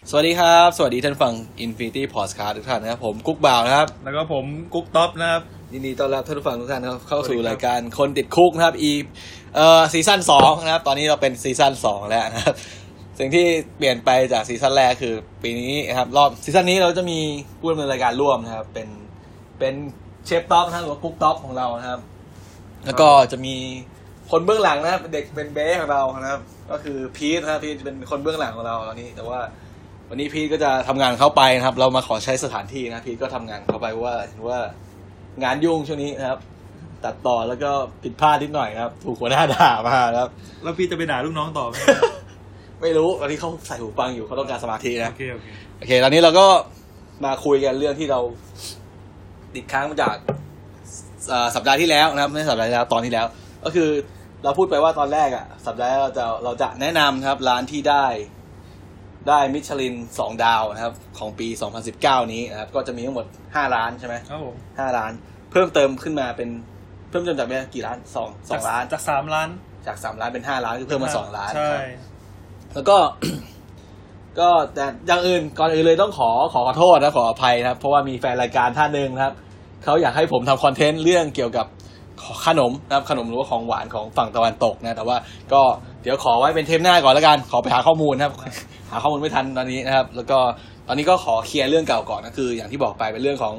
สวัสดีครับสวัสดีท่านฟัง Infinity Podcast ทุกท่านนะครับผมกุ๊กบ่าวนะครับแล้วก็ผมกุ๊กท็อปนะครับยินดีต้อนรับท่านผู้ฟังทุกท่านเข้าสู่รายการคนติดคุกนะครับซีซั่น2นะครับตอนนี้เราเป็นซีซั่น2แล้วนะครับสิ่งที่เปลี่ยนไปจากซีซั่นแรกคือปีนี้นะครับรอบซีซั่นนี้เราจะมีผู้ดำเนินรายการร่วมนะครับเป็นเชฟท็อปนะครับหรือว่ากุ๊กท็อปของเรานะครับแล้วก็จะมีคนเบื้องหลังนะครับเด็กเป็นเบสของเรานะครับก็คือพีทนะครับพีทเป็นคนเบื้องหลังของเราตอนนี้แต่ว่าวันนี้พีทก็จะทำงานเข้าไปนะครับเรามาขอใช้สถานที่นะพีทก็ทำงานเข้าไปว่างานยุ่งช่วงนี้นะครับตัดต่อแล้วก็ผิดพลาดนิดหน่อยครับถูกหัวหน้าด่ามาครับแล้วพี่จะไปด่าลูกน้องต่อไหมไม่รู้วันนี้เขาใส่หูฟังอยู่เขาต้องการสมาธินะโอเคตอนนี้เราก็มาคุยกันเรื่องที่เราติดค้างมาจากสัปดาห์ที่แล้วนะครับไม่สัปดาห์ที่แล้วตอนที่แล้วก็คือเราพูดไปว่าตอนแรกอ่ะสัปดาห์เราจะแนะนำครับร้านที่ได้มิชลิน2ดาวนะครับของปี2019นี้นะครับก็จะมีทั้งหมด5ร้านใช่ไหมครับผม 5ร้านเพิ่มเติมขึ้นมาเป็นเพิ่มเติมจากกี่ร้าน2ร้านจาก3ร้านจาก3ร้านเป็น5ร้านคือเพิ่มมา2ร้านใช่แล้วก็แต่อย่างอื่นก่อนอื่นเลยต้องขอโทษนะขออภัยนะครับเพราะว่ามีแฟนรายการท่านนึงนะครับเขาอยากให้ผมทำคอนเทนต์เรื่องเกี่ยวกับขนมนะครับขนมหรือว่าของหวานของฝั่งตะวันตกนะแต่ว่าก็เดี๋ยวขอไว้เป็นเทปหน้าก่อนแล้วกันขอไปหาข้อมูลนะครับหาข้อมูลไม่ทันตอนนี้นะครับแล้วก็ตอนนี้ก็ขอเคลียร์เรื่องเก่าก่อนก็คืออย่างที่บอกไปเป็นเรื่องของ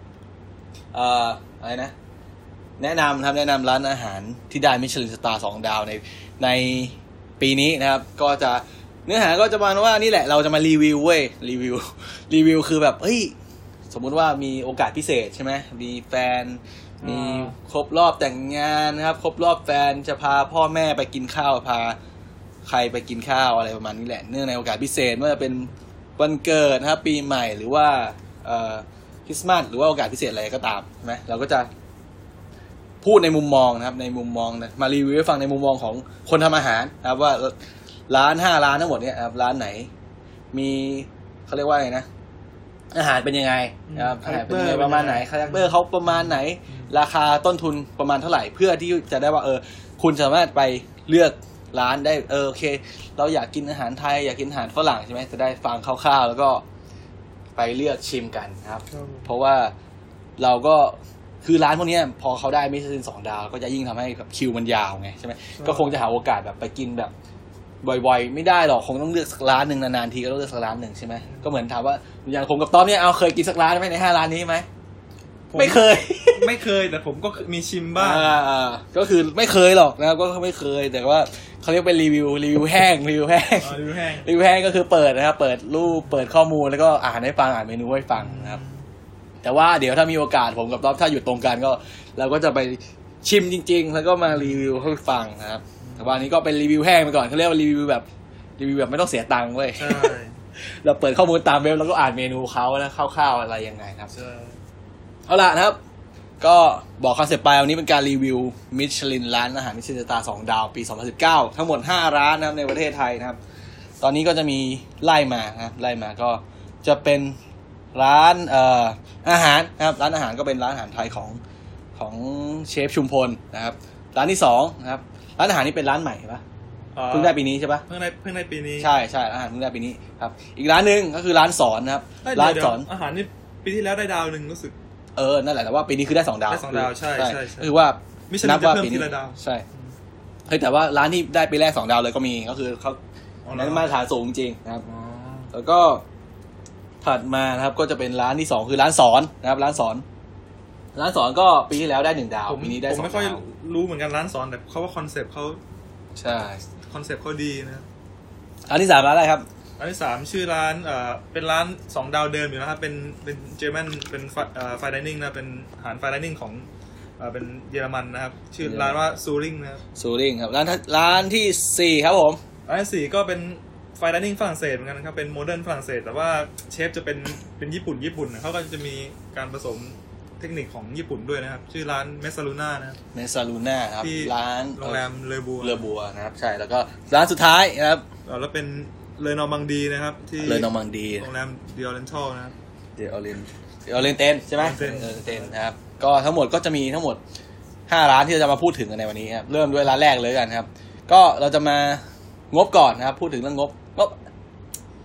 อะไรนะแนะนำร้านอาหารที่ได้มิชลินสตาร์2ดาวในปีนี้นะครับก็จะเนื้อหาก็จะประมาณว่านี่แหละเราจะมารีวิวรีวิวคือแบบเฮ้ยสมมุติว่ามีโอกาสพิเศษใช่ไหมมีแฟนมีครบรอบแต่งงานนะครับครบรอบแฟนจะพาพ่อแม่ไปกินข้าวพาใครไปกินข้าวอะไรประมาณนี้แหละเนื่องในโอกาสพิเศษไม่ว่าจะเป็นวันเกิดนะครับปีใหม่หรือว่าคริสต์มาสหรือว่าโอกาสพิเศษอะไรก็ตามใช่ไหมเราก็จะพูดในมุมมองนะครับในมุมมองมารีวิวให้ฟังในมุมมองของคนทำอาหารนะครับว่าร้าน5ร้านทั้งหมดเนี่ยครับร้านไหนมีเขาเรียกว่าไงนะอาหารเป็นยังไงนะครับอาหารเป็นยังไงประมาณไหนคาแรคเตอร์เขาประมาณไหนราคาต้นทุนประมาณเท่าไหร่เพื่อที่จะได้ว่าคุณสามารถไปเลือกร้านได้โอเคเราอยากกินอาหารไทยอยากกินอาหารฝรั่งใช่ไหมจะได้ฟังคร่าวๆแล้วก็ไปเลือกชิมกันครับเพราะว่าเราก็คือร้านพวกนี้พอเขาได้มิชลิน2ดาวก็จะยิ่งทำให้แบบคิวมันยาวไงใช่ไหมก็คงจะหาโอกาสแบบไปกินแบบบ่อยๆไม่ได้หรอกคงต้องเลือกสักร้านหนึ่งนานๆทีก็ต้องเลือกสักร้านหนึ่งใช่ไหมก็เหมือนถามว่าอย่างผมกับต้อมเนี่ยเคยกินสักร้านไหมใน5ร้านนี้ไหมไม่เคยไม่เคยแต่ผมก็มีชิมบ้างก็คือไม่เคยหรอกนะครับก็ไม่เคยแต่ว่าเขาเรียกเป็นรีวิวแห้งรีวิวแห้งก็คือเปิดนะครับเปิดรูปเปิดข้อมูลแล้วก็อ่านให้ฟังอ่านเมนูให้ฟังนะครับแต่ว่าเดี๋ยวถ้ามีโอกาสผมกับต้อมถ้าอยู่ตรงกันก็เราก็จะไปชิมจริงๆแล้วก็มารีวิวให้ฟังนะครับแต่ว่านี้ก็เป็นรีวิวแห้งไปก่อนเขาเรียกว่ารีวิวแบบไม่ต้องเสียตังค์เว้ยเราเปิดข้อมูลตามเว็บแล้วก็อ่านเมนูเขาแล้วคร่าวๆอะไรยังไงครับเอาล่ะนะครับก็บอกคอนเซ็ปต์ไปวันนี้เป็นการรีวิวมิชลินร้านอาหารมิชลินสตาร์2ดาวปี2019ทั้งหมด5ร้านนะครับในประเทศไทยนะครับตอนนี้ก็จะมีไล่มาก็จะเป็นร้านอาหารนะครับร้านอาหารก็เป็นร้านอาหารไทยของเชฟชุมพลนะครับร้านที่2นะครับร้านอาหารนี้เป็นร้านใหม่ปะเพิ่งได้ปีนี้ใช่ปะเพิ่งได้ปีนี้ใช่ร้านอาหารเพิ่งได้ปีนี้ครับอีกร้านนึงก็คือร้านสอนนะครับร้านสอนอาหารนี่ปีที่แล้วได้ดาวนึงรู้สึกนั่นแหละแต่ว่าปีนี้คือได้2ดาวได้2ดาวใช่คือว่านับว่าปีนี้ใช่แต่ว่าร้านที่ได้ปีแรก2ดาวเลยก็มีก็คือเขานั้นมาตรฐานสูงจริงนะครับแล้วก็ถัดมานะครับก็จะเป็นร้านที่2คือร้านสอนนะครับร้านสอนก็ปีที่แล้วได้1ดาวปีนี้ได้2ดาวผมไม่ค่อยรู้เหมือนกันร้านสอนแต่เขาว่าคอนเซ็ปต์เขาใช่คอนเซ็ปต์เขาดีนะร้านที่3ร้านอะไรครับร้านที่3ชื่อร้านเป็นร้าน2ดาวเดิมอยู่นะครับเป็นเจอร์แมนเป็นไฟน์ไดนิ่งนะเป็นอาหารไฟน์ไดนิ่งของเป็นเยอรมันนะครับชื่อร้านว่าซูริงนะครับซูริงครับร้านที่4ครับผมร้านที่4ก็เป็นไฟน์ไดนิ่งฝรั่งเศสเหมือนกันครับเป็นโมเดิร์นฝรั่งเศสแต่ว่าเชฟจะเป็นญี่ปุ่นเขาก็จะมีการผสมเทคนิคของญี่ปุ่นด้วยนะครับชื่อร้านเมซาลูน่านะครับเมซาลูน่าครับร้านโรงแรมเลอบัวนะครับใช่แล้วก็ร้านสุดท้ายนะครับแล้วเป็นเลอนอร์มังดีนะครับที่เลอนอร์มังดีโรงแรมเดออเรนทัลนะครับเดออเรนเตนใช่ไหมเตนนะครับก็ทั้งหมดก็จะมีทั้งหมด5ร้านที่เราจะมาพูดถึงกันในวันนี้ครับเริ่มด้วยร้านแรกเลยกันครับก็เราจะมางบก่อนนะครับพูดถึงเรื่องงบ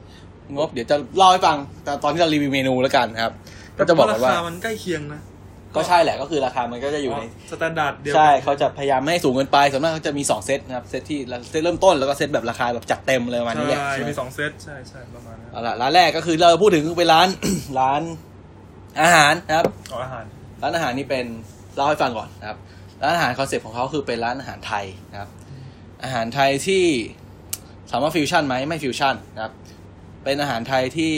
งบเดี๋ยวจะเล่าให้ฟังแต่ตอนที่เรารีวิวเมนูแล้วกันครับก็จะบอกกันว่าราคามันใกล้เคียงนะก็ใช่แหละก็คือราคามันก็จะอยู่ในสแตนดาร์ดเดียวใช่เขาจะพยายามไม่ให้สูงเกินไปส่วนมากเขาจะมี2เซตนะครับเซตที่เซตเริ่มต้นแล้วก็เซตแบบราคาแบบจัดเต็มเลยประมาณนี้แหละใช่มี2เซตใช่ประมาณนั้นเอาล่ะร้านแรกก็คือเราพูดถึงเป็นร้าน ร้านอาหารนะครับอาหารร้านอาหารนี่เป็นเล่าให้ฟังก่อนนะครับร้านอาหารคอนเซ็ปต์ของเขาคือเป็นร้านอาหารไทยนะครับอาหารไทยที่ถามว่าฟิวชั่นไหมไม่ฟิวชั่นนะครับเป็นอาหารไทยที่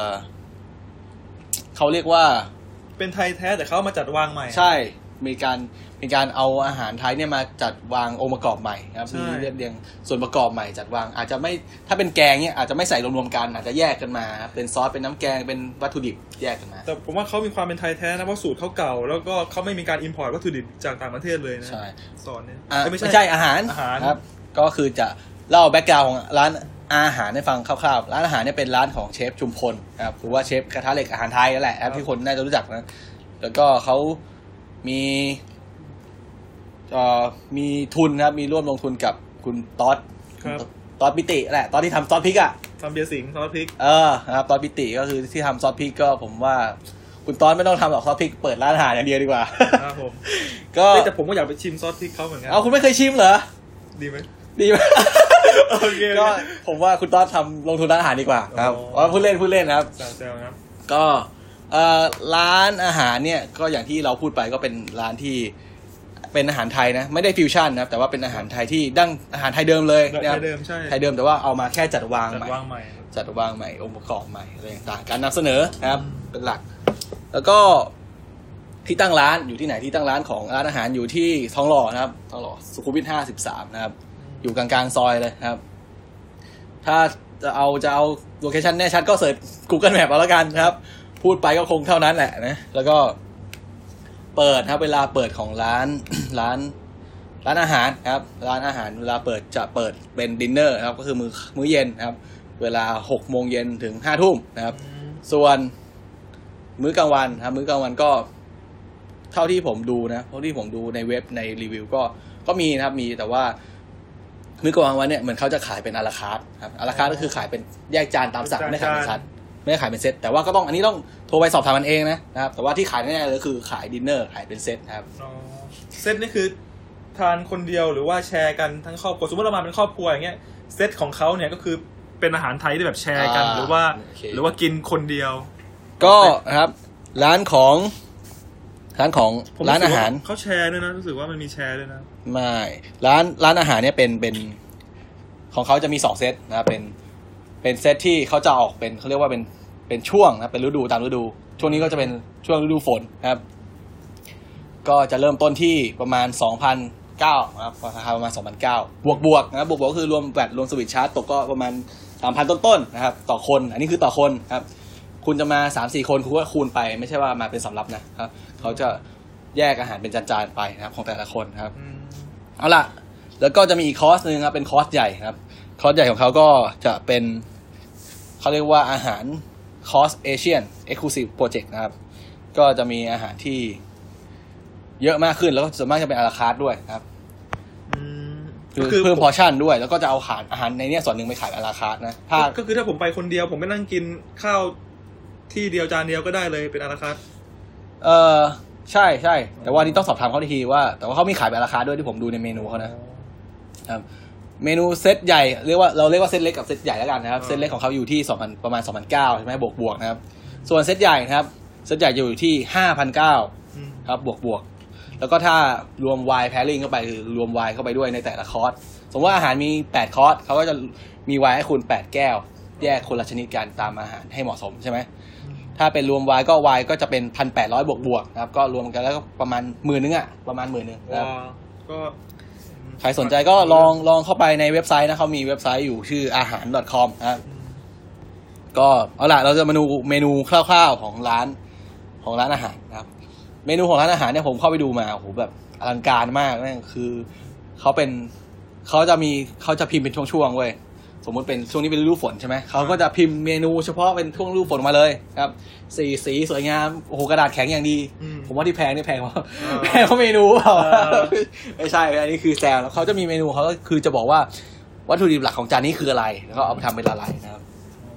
เขาเรียกว่าเป็นไทยแท้แต่เขามาจัดวางใหม่ใช่มีการเอาอาหารไทยเนี่ยมาจัดวางองค์ประกอบใหม่ครับมีเรียงส่วนประกอบใหม่จัดวางอาจจะไม่ถ้าเป็นแกงเนี่ยอาจจะไม่ใส่รวมๆกันอาจจะแยกกันมาเป็นซอสเป็นน้ำแกงเป็นวัตถุดิบแยกกันมาแต่ผมว่าเขามีความเป็นไทยแท้นะเพราะสูตรเขาเก่าแล้วก็เขาไม่มีการอิมพอร์ตวัตถุดิบจากต่างประเทศเลยนะใช่สอนเนี่ยไม่ใช่อาหารครับก็คือจะเล่าแบ็คกราวด์ของร้านอาหารให้ฟังคร่าวๆร้านอาหารเนี่ยเป็นร้านของเชฟชุมพลครับหรือว่าเชฟกระทะเหล็กอาหารไทยนั่นแหละครับที่คนน่าจะรู้จักนะแล้วก็เขามีทุนครับมีร่วมลงทุนกับคุณต๊อดปิติแหละตอนที่ทำซอสพริกอ่ะทำเบียร์สิงซอสพริกครับต๊อดปิติก็คือที่ทำซอสพริกก็ผมว่าคุณต๊อดไม่ต้องทำหรอกซอสพริกเปิดร้านอาหารอย่างเดียวดีกว่าครับผมก็แต่ผมก็อยากไปชิมซอสพริกเขาเหมือนกันคุณไม่เคยชิมเหรอดีไหมโอเคก็ผมว่าคุณต๊อดทำลงทุนร้านอาหารดีกว่าครับพูดเล่นครับแซวครับก็ร้านอาหารเนี่ยก็อย่างที่เราพูดไปก็เป็นร้านที่เป็นอาหารไทยนะไม่ได้ฟิวชั่นนะแต่ว่าเป็นอาหารไทยที่ดั้งอาหารไทยเดิมเลยนะครับไทยเดิมใช่ไทยเดิมแต่ว่าเอามาแค่จัดวางใหม่องค์ประกอบใหม่อะไรต่างๆการนำเสนอนะครับเป็นหลักแล้วก็ที่ตั้งร้านอยู่ที่ไหนที่ตั้งร้านของร้านอาหารอยู่ที่ทองหล่อนะครับทองหล่อสุขุมวิท53นะครับอยู่กลางๆซอยเลยนะครับถ้าจะเอาโลเคชั่นแน่ชัดก็เสิร์ช Google Map เอาแล้วกันครับพูดไปก็คงเท่านั้นแหละนะแล้วก็เปิดครับเวลาเปิดของร้านอาหารครับร้านอาหารเวลาเปิดจะเปิดเป็นดินเนอร์ครับก็คือมื้อเย็นครับเวลา 6:00 นถึง 5:00 นนะครับส่วนมื้อกลางวันครับมื้อกลางวันก็เท่าที่ผมดูนะเท่าที่ผมดูในเว็บในรีวิวก็มีนะครับมีแต่ว่ามื้อกลางวันเนี่ยเหมือนเขาจะขายเป็นอาราคาร์ทครับอาราคาร์ทก็คือขายเป็นแยกจานตามสั่งไม่ได้ขายเป็นชั้นไม่ได้ขายเป็นเซตแต่ว่าก็ต้องอันนี้ต้องโทรไปสอบถามมันเองนะครับแต่ว่าที่ขายแน่ๆเลยคือขายดินเนอร์ขายเป็นเซตครับเซตนี่คือทานคนเดียวหรือว่าแชร์กันทั้งครอบครัวสมมติเรามาเป็นครอบครัวอย่างเงี้ยเซตของเขาเนี่ยก็คือเป็นอาหารไทยที่แบบแชร์กันหรือว่ากินคนเดียวก็ครับร้านของร้านอาหารเขาแชร์ด้วยนะรู้สึกว่ามันมีแชร์ด้วยนะไม่ร้านอาหารเนี่ยเป็นของเขาจะมี2เซตนะครับเป็นเซตที่เขาจะออกเป็นเขาเรียกว่าเป็นช่วงนะเป็นฤดูตามฤดูช่วงนี้ก็จะเป็นช่วงฤดูฝนครับก็จะเริ่มต้นที่ประมาณ 2,900 นะครับราคาประมาณ 2,900 บวกนะครับบวกก็คือรวมแวตรวมสวิตช์ชาร์จตกก็ประมาณ 3,000 ต้นๆนะครับต่อคนอันนี้คือต่อคนครับคุณจะมา 3-4 คนคุณก็คูณไปไม่ใช่ว่ามาเป็นสำรับนะครับเขาจะแยกอาหารเป็นจานๆไปนะครับของแต่ละคนครับเอาล่ะแล้วก็จะมีอีกคอร์สนึงครับเป็นคอร์สใหญ่ครับคอร์สใหญ่ของเขาก็จะเป็นเขาเรียกว่าอาหารคอร์สเอเชียนเอ็กซ์คลูซีฟโปรเจกต์นะครับก็จะมีอาหารที่เยอะมากขึ้นแล้วก็ส่วนมากจะเป็นอาราคาร์ทด้วยครับคือเพิ่มพอร์ชั่นด้วยแล้วก็จะเอาอาหารในนี้ส่วนหนึ่งไปขายอาราคาร์ทนะก็คือถ้าผมไปคนเดียวผมไม่นั่งกินข้าวที่เดียวจานเดียวก็ได้เลยเป็นอาราคาร์ทใช่แต่ว่านี่ต้องสอบถามเขาทีว่าแต่ว่าเขามีขายแบบราคาด้วยที่ผมดูในเมนูเขานะครับเมนูเซตใหญ่เราเรียกว่าเซตเล็กกับเซตใหญ่แล้วกันนะครับเซตเล็กของเขาอยู่ที่2,000ประมาณ 2,900 ใช่ไหมบวกนะครับส่วนเซตใหญ่นะครับเซตใหญ่จะอยู่ที่ 5,900 ครับบวกแล้วก็ถ้ารวมไวน์แพริ่งเข้าไปคือรวมไวน์เข้าไปด้วยในแต่ละคอร์สสมมติว่าอาหารมี8คอร์สเขาก็จะมีไวน์ให้คุณ8แก้วแยกคนละชนิดกันตามอาหารให้เหมาะสมใช่ไหมถ้าเป็นรวมไวน์ก็จะเป็น 1,800 บวกนะครับก็รวมกันแล้วก็ประมาณ 10,000 นึงอ่ะประมาณ 10,000 นึงนะครับก็ใครสนใจก็ลองเข้าไปในเว็บไซต์นะเขามีเว็บไซต์อยู่ชื่อahaan.com นะครับก็เอาล่ะเราจะมาดูเมนูคร่าวๆของร้านอาหารนะครับเมนูของร้านอาหารเนี่ยผมเข้าไปดูมาโอ้โหแบบอลังการมากนั่นคือเขาจะพิมพ์เป็นช่วงๆเว้ยสมมุติเป็นช่วงนี้เป็นฤดูฝนใช่ไหมเขาก็จะพิมพ์เมนูเฉพาะเป็นช่วงฤดูฝนมาเลยครับสีสวยงามโอ้โหกระดาษแข็งอย่างดีผมว่าที่แพงนี่แพงเพราะเมนูเปล่าไม่ใช่อันนี้คือแซวแล้วเขาจะมีเมนูเขาก็คือจะบอกว่าวัตถุดิบหลักของจานนี้คืออะไรแล้วก็เอาไปทำเป็นอะไรนะครับ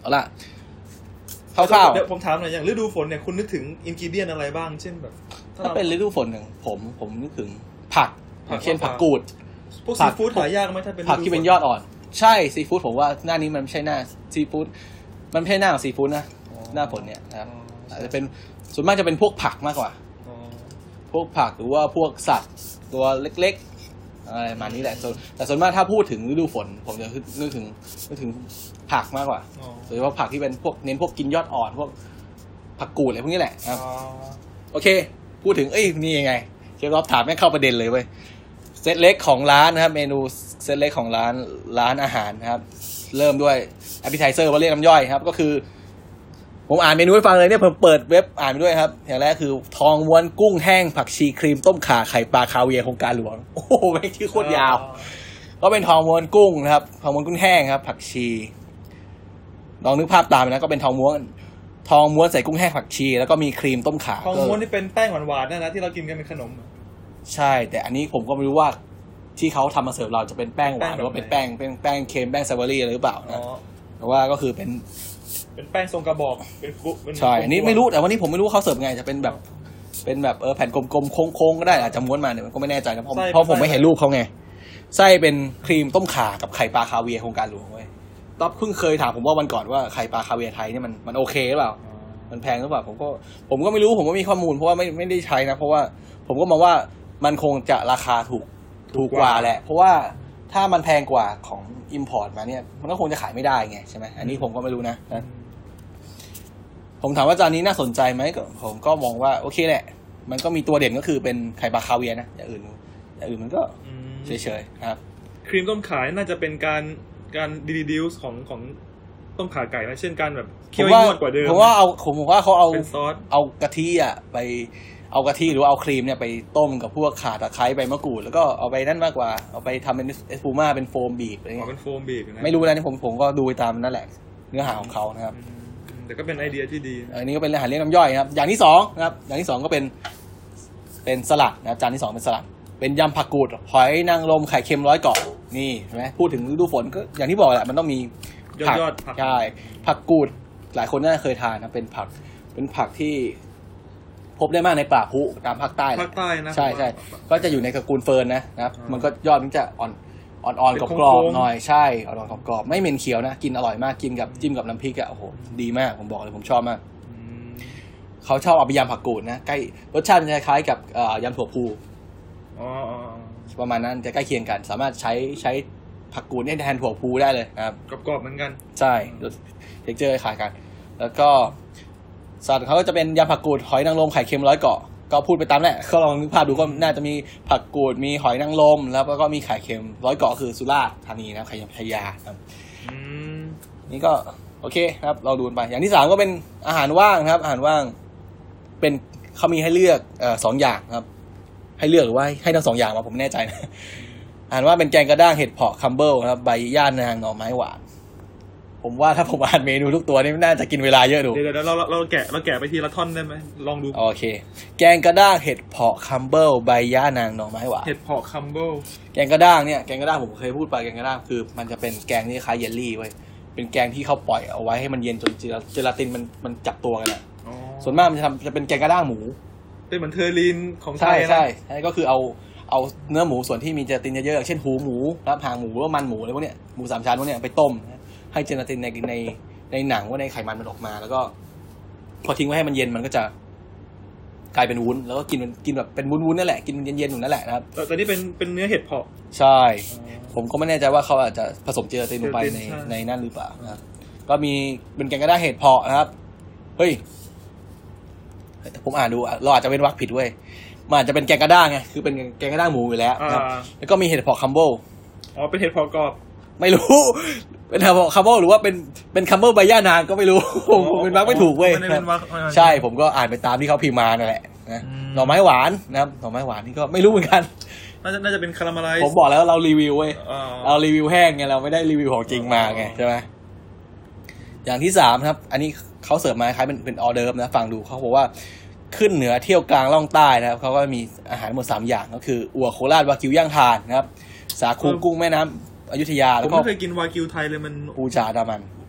เอาละคร่าวๆเดี๋ยวผมถามหน่อยอย่างฤดูฝนเนี่ยคุณนึกถึงอินกิเดียนอะไรบ้างเช่นแบบถ้าเป็นฤดูฝนหนึ่งผมนึกถึงผักอย่างเช่นผักกูดพวกซีฟู้ดหายากไหมถ้าเป็นผักที่เป็นยอดอ่อนใช่ซีฟู้ดผมว่าหน้านี้มันไม่ใช่หน้าซีฟู้ดมันไม่ใช่หน้าของซีฟู้ดนะหน้าฝนเนี่ยนะครับอาจจะเป็นส่วนมากจะเป็นพวกผักมากกว่าพวกผักหรือว่าพวกสัตว์ตัวเล็กๆอะไรประมาณนี้แหละแต่ส่วนมากถ้าพูดถึงฤดูฝนผมจะนึกถึงผักมากกว่าโดยเฉพาะผักที่เป็นพวกเน้นพวกกินยอดอ่อนพวกผักกูดอะไรพวกนี้แหละครับโอเคพูดถึงนี่ยังไงเชฟรอบถามแม่เข้าประเด็นเลยเว้ยเซตเล็กของร้านนะครับเมนูเซตเล็กของร้านอาหารนะครับเริ่มด้วยแอปเปิลไทเซอร์ว่าเรียกน้ำย่อยครับก็คือผมอ่านเมนูให้ฟังเลยเนี่ยผมเปิดเว็บอ่านไปด้วยครับอย่างแรกคือทองม้วนกุ้งแห้งผักชีครีมต้มข่าไข่ปลาคาเวียร์โครงการหลวงโอ้โหแม่งชื่อโคตรยาวก็เป็นทองม้วนกุ้งนะครับทองม้วนกุ้งแห้งครับผักชีลองนึกภาพตามนะก็เป็นทองม้วนใส่กุ้งแห้งผักชีแล้วก็มีครีมต้มข่าทองม้วนนี่เป็นแป้งหวานๆนะที่เรากินกันเป็นขนมใช่แต่อันนี้ผมก็ไม่รู้ว่าที่เขาทำมาเสิร์ฟเราจะเป็นแป้งหวานหรือว่าเป็นแป้งเค็มแป้งสตรอเบอรี่อะไรหรือเปล่านะแต่ว่าก็คือเป็นแป้งทรงกระบอกใช่อันนี้ไม่รู้แต่วันนี้ผมไม่รู้เขาเสิร์ฟไงจะเป็นแบบแผ่นกลมๆโค้งๆก็ได้อาจจะม้วนมาเนี่ยก็ไม่แน่ใจนะเพราะผมไม่เห็นรูปเขาไงไส้เป็นครีมต้มข่ากับไข่ปลาคาเวียร์โครงการหลวงเว้ยต๊อบเพิ่งเคยถามผมว่าวันก่อนว่าไข่ปลาคาเวียร์ไทยเนี่ยมันโอเคหรือเปล่ามันแพงหรือเปล่าผมก็ไม่รู้ผมก็มีข้อมูลเพราะว่าไม่ได้ใช้นะเพราะว่าผมก็มองว่ามันคงจะราคาถูกกว่าแหละเพราะว่าถ้ามันแพงกว่าของอิมพอร์ตมาเนี่ยมันก็คงจะขายไม่ได้ไงใช่ไหมอันนี้ผมก็ไม่รู้นะผมถามว่าจานนี้น่าสนใจไหมผมก็มองว่าโอเคแหละมันก็มีตัวเด่นก็คือเป็นไข่ปลาคาเวียร์นะอย่างอื่นมันก็เฉยๆครับครีมต้มข่าน่าจะเป็นการดีลของต้มข่าไก่นะเช่นการแบบเคี่ยวให้งวดกว่าเดิมผมว่าเขาเอากะทิไปเอากะทิหรือเอาครีมเนี่ยไปต้มกับพวกข่าตะไคร้ใบมะกรูดแล้วก็เอาไปนั่นมากกว่าเอาไปทำเป็นเอสพูม่าเป็นโฟมบีบอะไรเงี้ยเป็นโฟมบีบนะไม่รู้นะนี่ผมก็ดูตามนั่นแหละเนื้อหาของเขานะครับแต่ก็เป็นไอเดียที่ดีอันนี้ก็เป็นอาหารเลี้ยงน้ำย่อยครับอย่างที่2นะครับอย่างที่2ก็เป็นสลัดนะครับจานที่2เป็นสลัดเป็นยำผักกูดหอยนางรมไข่เค็ม100 เกาะนี่เห็นไหมพูดถึงฤดูฝนก็อย่างที่บอกแหละมันต้องมีผักใช่ผักกูดหลายคนน่าจะเคยทานนะเป็นผักที่พบได้มากในป่าพุตามภาคใต้นะใช่ก็จะอยู่ในตระกูลเฟิร์นนะครับมันก็ยอดมันจะอ่อนกรอบๆหน่อยใช่อ่อนกรอบๆไม่เหม็นเขียวนะกินอร่อยมากกินกับจิ้มกับน้ำพริกอ่ะโอ้โหดีมากผมบอกเลยผมชอบมากเขาชอบเอาไปยำผักกูดนะใกล้รสชาติจะคล้ายกับยำถั่วพูประมาณนั้นจะใกล้เคียงกันสามารถใช้ผักกูดเนี่ยแทนถั่วพูได้เลยครับกรอบเหมือนกันใช่เทคเจอร์คล้ายกันแล้วก็สัตว์เขาก็จะเป็นยำผักกูดหอยนางรมไข่เค็ม100 เกาะก็พูดไปตามแหละก็ลองนึกภาพดูก็น่าจะมีผักกูดมีหอยนางรมแล้วก็มีไข่เค็ม100 เกาะคือสุราษฎร์ธานีนะไข่ยำพยาครับนี่ก็โอเคครับเราดูไปอย่างที่3ก็เป็นอาหารว่างครับอาหารว่างเป็นเขามีให้เลือก2 อย่างครับให้เลือกหรือว่าให้ทั้ง2 อย่างมาผมไม่แน่ใจนะอ่านว่าเป็นแกงกระด้างเห็ดเผาะคัมเบิลครับใบย่านางหน่อไม้หวานผมว่าถ้าผมอ่านเมนูทุกตัวนี่น่าจะกินเวลาเยอะดูเดี๋ยวเราแกะไปทีละท่อนได้ไหมลองดูโอเคแกงกระด้างเห็ดเผาะคัมเบิลใบย่านางหน่อไม้หวานเห็ดเผาะคัมเบิลแกงกระด้างเนี่ยแกงกระด้างผมเคยพูดไปแกงกระด้างคือมันจะเป็นแกงที่คล้ายเยลลี่เว้ยเป็นแกงที่เขาปล่อยเอาไว้ให้มันเย็นจนเจลาตินมันจับตัวกันอ่ะส่วนมากมันจะเป็นแกงกระด้างหมูเป็นเหมือนเทอรีนของไทยนะใช่ก็คือเอาเนื้อหมูส่วนที่มีเจลาตินเยอะๆเช่นหูหมูครับหางหมูหรือว่ามันหมูอะไรพวกเนี้ยหมู3 ชั้นพวกเนี้ยไปต้มให้เจลาตินในหนังว่าในไขมันมันออกมาแล้วก็พอทิ้งไว้ให้มันเย็นมันก็จะกลายเป็นวุ้นแล้วก็กินแบบเป็นวุ้นๆนั่นแหละกินเย็นๆอยู่นั่นแหละนะครับแต่นี่เป็นเนื้อเห็ดเผาะใช่ผมก็ไม่แน่ใจว่าเขาอาจจะผสมเจลาตินลงไปในนั่นหรือเปล่านะครับก็มีเป็นแกงกระด้างเห็ดเผาะนะครับเฮ้ยผมอ่านดูเราอาจจะเป็นวรรคผิดเว้ยมันอาจจะเป็นแกงกระด้างไงคือเป็นแกงกระด้างหมูอยู่แล้วนะครับแล้วก็มีเห็ดเผาะคัมเบิลเป็นเห็ดเผาะกรอบไม่รู้เป็นเห็ดเผาะคัมเบิลหรือว่าเป็นคัมเบิลใบย่านางก็ไม่รู้ผมเป็นวรรคไม่ถูกเว้ยใช่ผมก็อ่านไปตามที่เขาพิมพ์มานั่นแหละนะหน่อไม้หวานนะครับหน่อไม้หวานนี่ก็ไม่รู้เหมือนกันน่าจะเป็นคาราเมลไลซ์ผมบอกแล้วเรารีวิวเว้ยเรารีวิวแห้งไงเราไม่ได้รีวิวของจริงมาไงใช่ไหมอย่างที่3ครับอันนี้เขาเสิร์ฟมาคล้ายเป็นออเดิร์ฟนะฟังดูเขาบอกว่าขึ้นเหนือเที่ยวกลางล่องใต้นะครับเขาก็มีอาหารหมด3 อย่างก็คืออั่วโคราชวากิวย่างถ่านนะครับสาคูกุ้งแม่น้ำอยุธยาแล้วก็ผมไม่เคยกินวากิวไทยเลยมันปูจาดามัน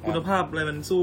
คุณภาพอะไรมันสู้